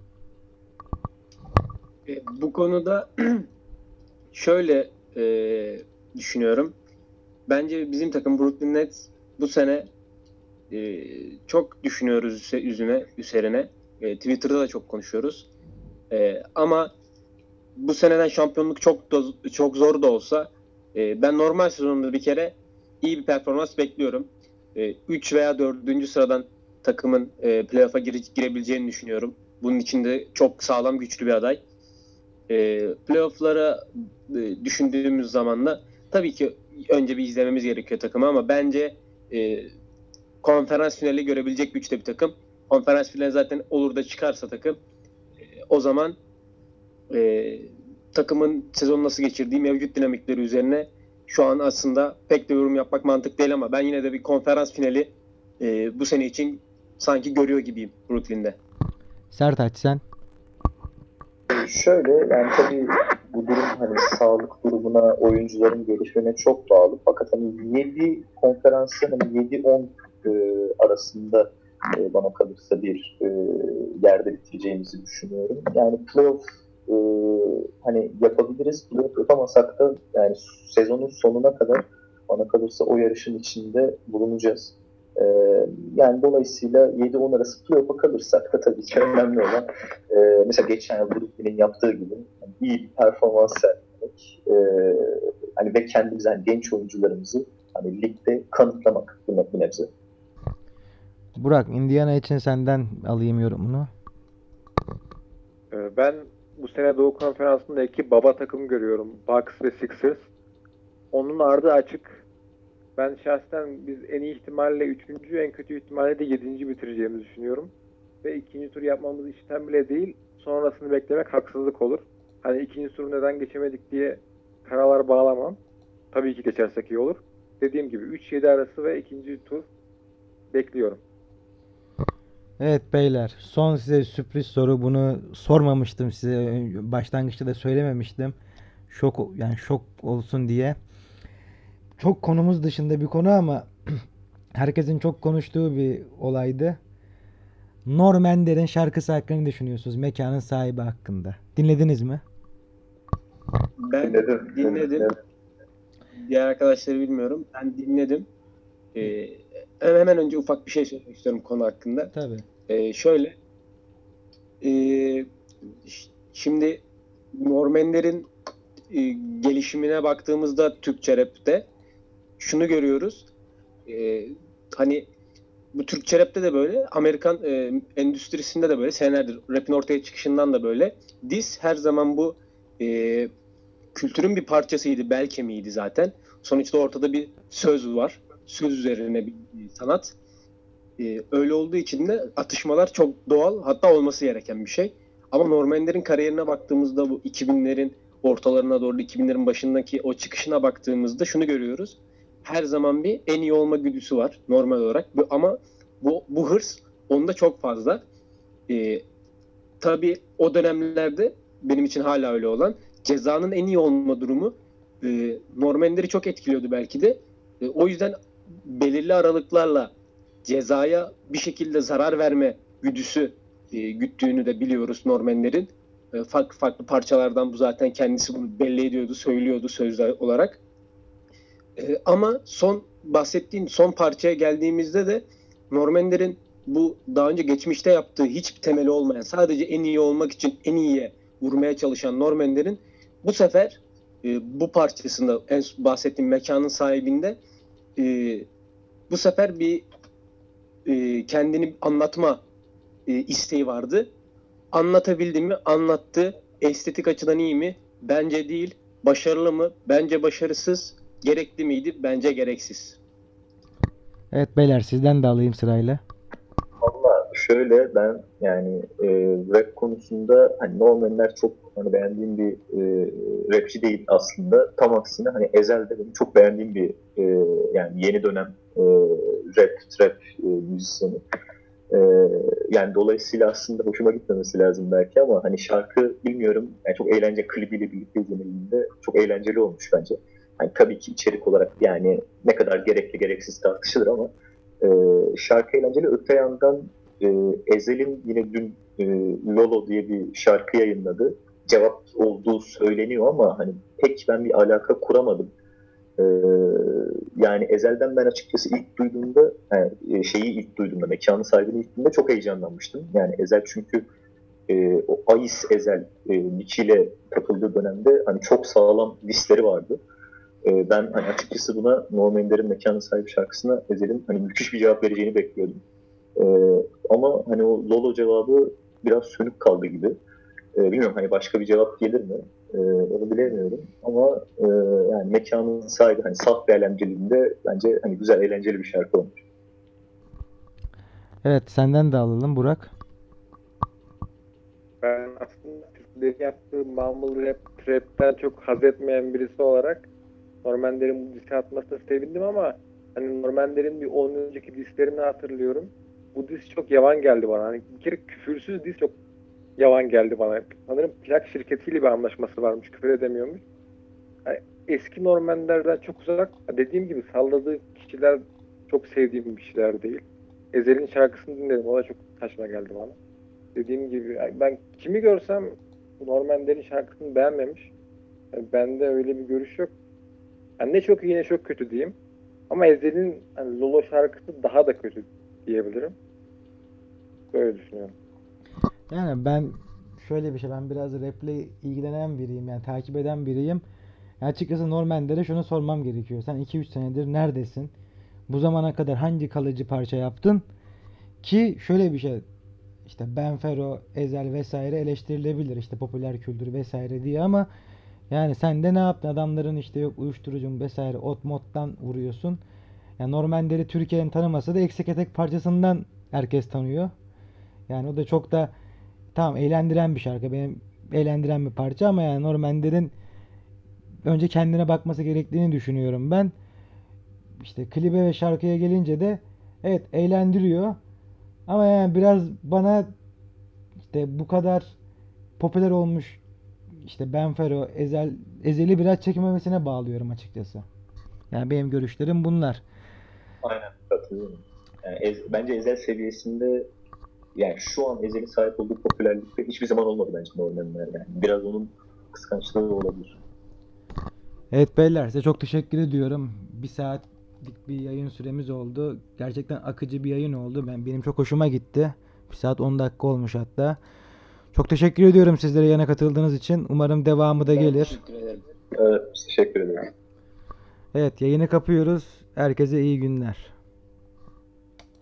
E, bu konuda şöyle e, düşünüyorum. Bence bizim takım Brooklyn Nets bu sene e, çok düşünüyoruz üzerine, üzerine. E, Twitter'da da çok konuşuyoruz. E, ama bu seneden şampiyonluk çok da, çok zor da olsa e, ben normal sezonunda bir kere iyi bir performans bekliyorum. üç veya dördüncü sıradan takımın e, playoff'a gire, girebileceğini düşünüyorum. Bunun için de çok sağlam, güçlü bir aday. E, playoff'lara e, düşündüğümüz zaman da tabii ki önce bir izlememiz gerekiyor takımı ama bence e, konferans finali görebilecek güçte bir takım. Konferans finali zaten olur da çıkarsa takım e, o zaman e, takımın sezonu nasıl geçirdiği mevcut dinamikleri üzerine şu an aslında pek de yorum yapmak mantık değil ama ben yine de bir konferans finali e, bu sene için sanki görüyor gibiyim Brooklyn'de.
Sertaç sen?
Şöyle yani tabii bu durum hani sağlık durumuna, oyuncuların gelişimine çok bağlı. Fakat hani yedi konferansı hani yedi on e, arasında e, bana kalırsa bir e, yerde bitireceğimizi düşünüyorum. Yani playoff e, hani yapabiliriz. Playoff yapamasak da yani sezonun sonuna kadar bana kalırsa o yarışın içinde bulunacağız. E, yani dolayısıyla yedi on arası playoff'a kalırsak da tabii ki önemli olan e, mesela geçen yıl Brooklyn'in yaptığı gibi yani iyi bir performans sergilemek e, hani ve kendimiz hani genç oyuncularımızı hani ligde kanıtlamak bir, bir nebze.
Burak, Indiana için senden alayım yorumunu.
Ee, Ben bu sene Doğu Konferansı'nda iki baba takım görüyorum. Bucks ve Sixers. Onun ardı açık. Ben şahsen biz en iyi ihtimalle üçüncü, en kötü ihtimalle de yedinci bitireceğimizi düşünüyorum. Ve ikinci tur yapmamız işten bile değil, sonrasını beklemek haksızlık olur. Hani ikinci turu neden geçemedik diye karalar bağlamam. Tabii ki geçersek iyi olur. Dediğim gibi üç yedi arası ve ikinci tur bekliyorum.
Evet beyler, son size sürpriz soru. Bunu sormamıştım size. Başlangıçta da söylememiştim. Şok yani şok olsun diye. Çok konumuz dışında bir konu ama herkesin çok konuştuğu bir olaydı. Norm Ender'in şarkısı hakkında ne düşünüyorsunuz? Mekanın sahibi hakkında. Dinlediniz mi?
Ben
Dinledim.
dinledim. Diğer arkadaşları bilmiyorum. Ben dinledim. Ee, hemen önce ufak bir şey söylemek istiyorum konu hakkında.
Tabii.
Ee, şöyle e, şimdi Norm Ender'in e, gelişimine baktığımızda Türkçe rap'te şunu görüyoruz. E, hani bu Türkçe rapte de böyle, Amerikan e, endüstrisinde de böyle, senelerdir rapin ortaya çıkışından da böyle. Diss her zaman bu e, kültürün bir parçasıydı, bel kemiğiydi zaten. Sonuçta ortada bir söz var. Söz üzerine bir sanat. E, öyle olduğu için de atışmalar çok doğal, hatta olması gereken bir şey. Ama Norm Ender'in kariyerine baktığımızda, bu iki binlerin ortalarına doğru, iki binlerin başındaki o çıkışına baktığımızda şunu görüyoruz. Her zaman bir en iyi olma güdüsü var normal olarak. Bu- Ama bu, bu hırs onda çok fazla. Ee, tabii o dönemlerde benim için hala öyle olan Ceza'nın en iyi olma durumu e, Norm Ender'i çok etkiliyordu belki de. E, o yüzden belirli aralıklarla Ceza'ya bir şekilde zarar verme güdüsü e, güttüğünü de biliyoruz Norm Ender'in. E, farklı farklı parçalardan bu zaten kendisi bunu belli ediyordu, söylüyordu sözler olarak. E, ama son bahsettiğim son parçaya geldiğimizde de Norm Ender'in bu daha önce geçmişte yaptığı hiçbir temeli olmayan, sadece en iyi olmak için en iyiye vurmaya çalışan Norm Ender'in bu sefer e, bu parçasında, en bahsettiğim mekanın sahibinde e, bu sefer bir e, kendini anlatma e, isteği vardı. Anlatabildi mi? Anlattı. Estetik açıdan iyi mi? Bence değil. Başarılı mı? Bence başarısız. Gerekli miydi? Bence gereksiz.
Evet beyler, sizden de alayım sırayla.
Valla şöyle, ben yani e, rap konusunda hani Norm Ender çok hani beğendiğim bir e, rapçi değil aslında. Tam aksine hani Ezel de benim çok beğendiğim bir e, yani yeni dönem e, rap, trap e, müzisyeni. E, Yani dolayısıyla aslında hoşuma gitmemesi lazım belki ama hani şarkı bilmiyorum, yani çok eğlence klibiyle birlikte izlenildiğinde çok eğlenceli olmuş bence. Hani tabii ki içerik olarak yani ne kadar gerekli gereksiz tartışılır ama e, şarkı eğlenceli. Öte yandan e, Ezel'in yine dün e, Lolo diye bir şarkı yayınladı. Cevap olduğu söyleniyor ama hani pek ben bir alaka kuramadım. E, Yani Ezel'den ben açıkçası ilk duyduğumda, yani e, şeyi ilk duyduğumda, mekanın sahibini ilk duyduğumda çok heyecanlanmıştım. Yani Ezel çünkü e, o Ais Ezel e, nickiyle takıldığı dönemde hani çok sağlam listleri vardı. E, ben hani açıkçası buna Norm Ender'in Mekanın Sahibi şarkısına Ezel'in hani müthiş bir cevap vereceğini bekliyordum. E, Ama hani o Lolo cevabı biraz sönük kaldı gibi. E, bilmiyorum, hani başka bir cevap gelir mi? E, onu bilemiyorum. Ama e, yani Mekanın Sahibi hani saf bir eğlenceliğinde bence hani güzel, eğlenceli bir şarkı olmuş.
Evet, senden de alalım Burak.
Ben aslında Türklerin yaptığı mumble rap, trap'ten çok haz etmeyen birisi olarak Norm Ender'in bu disse atmasına sevindim ama hani Norm Ender'in bir on yıl önceki dislerini hatırlıyorum. Bu diss çok yavan geldi bana. Hani bir kere küfürsüz diss çok yavan geldi bana. Sanırım plak şirketiyle bir anlaşması varmış. Küfür edemiyormuş. Yani eski Norm Ender'den çok uzak. Dediğim gibi salladığı kişiler çok sevdiğim kişiler değil. Ezel'in şarkısını dinledim. O da çok saçma geldi bana. Dediğim gibi yani ben kimi görsem Norm Ender'in şarkısını beğenmemiş. Yani bende öyle bir görüş yok. Yani ne çok iyi ne çok kötü diyeyim. Ama Ezel'in hani Lolo şarkısı daha da kötü diyebilirim. Böyle düşünüyorum.
Yani ben şöyle bir şey, ben biraz raple ilgilenen biriyim, yani takip eden biriyim. Yani açıkçası Norm Ender'e şunu sormam gerekiyor. Sen iki üç senedir neredesin? Bu zamana kadar hangi kalıcı parça yaptın? Ki şöyle bir şey, işte Benfero, Ezel vesaire eleştirilebilir, işte popüler kültür vesaire diye, ama yani sen de ne yaptın? Adamların işte yok uyuşturucu vesaire ot moddan vuruyorsun. Yani Norm Ender'i Türkiye'nin tanımasa da eksik etek parçasından herkes tanıyor. Yani o da çok da tamam, eğlendiren bir şarkı, benim eğlendiren bir parça, ama yani Norm Ender'in önce kendine bakması gerektiğini düşünüyorum ben. İşte klibe ve şarkıya gelince de evet eğlendiriyor, ama yani biraz bana işte bu kadar popüler olmuş işte Benfero, Ezel, Ezel'i biraz çekememesine bağlıyorum açıkçası. Yani benim görüşlerim bunlar.
Aynen, katılıyorum. Yani Ez- bence Ezel seviyesinde, yani şu an Ezel'in sahip olduğu popülerlikte hiçbir zaman olmadı bence Norm Ender yani. Biraz onun kıskançlığı olabilir.
Evet beyler, size çok teşekkür ediyorum. Bir saatlik bir yayın süremiz oldu. Gerçekten akıcı bir yayın oldu. Ben benim çok hoşuma gitti. Bir saat on dakika olmuş hatta. Çok teşekkür ediyorum sizlere yana katıldığınız için. Umarım devamı da
Ben
gelir.
teşekkür ederim.
Evet, teşekkür ederim.
Evet, yayını kapıyoruz. Herkese iyi günler.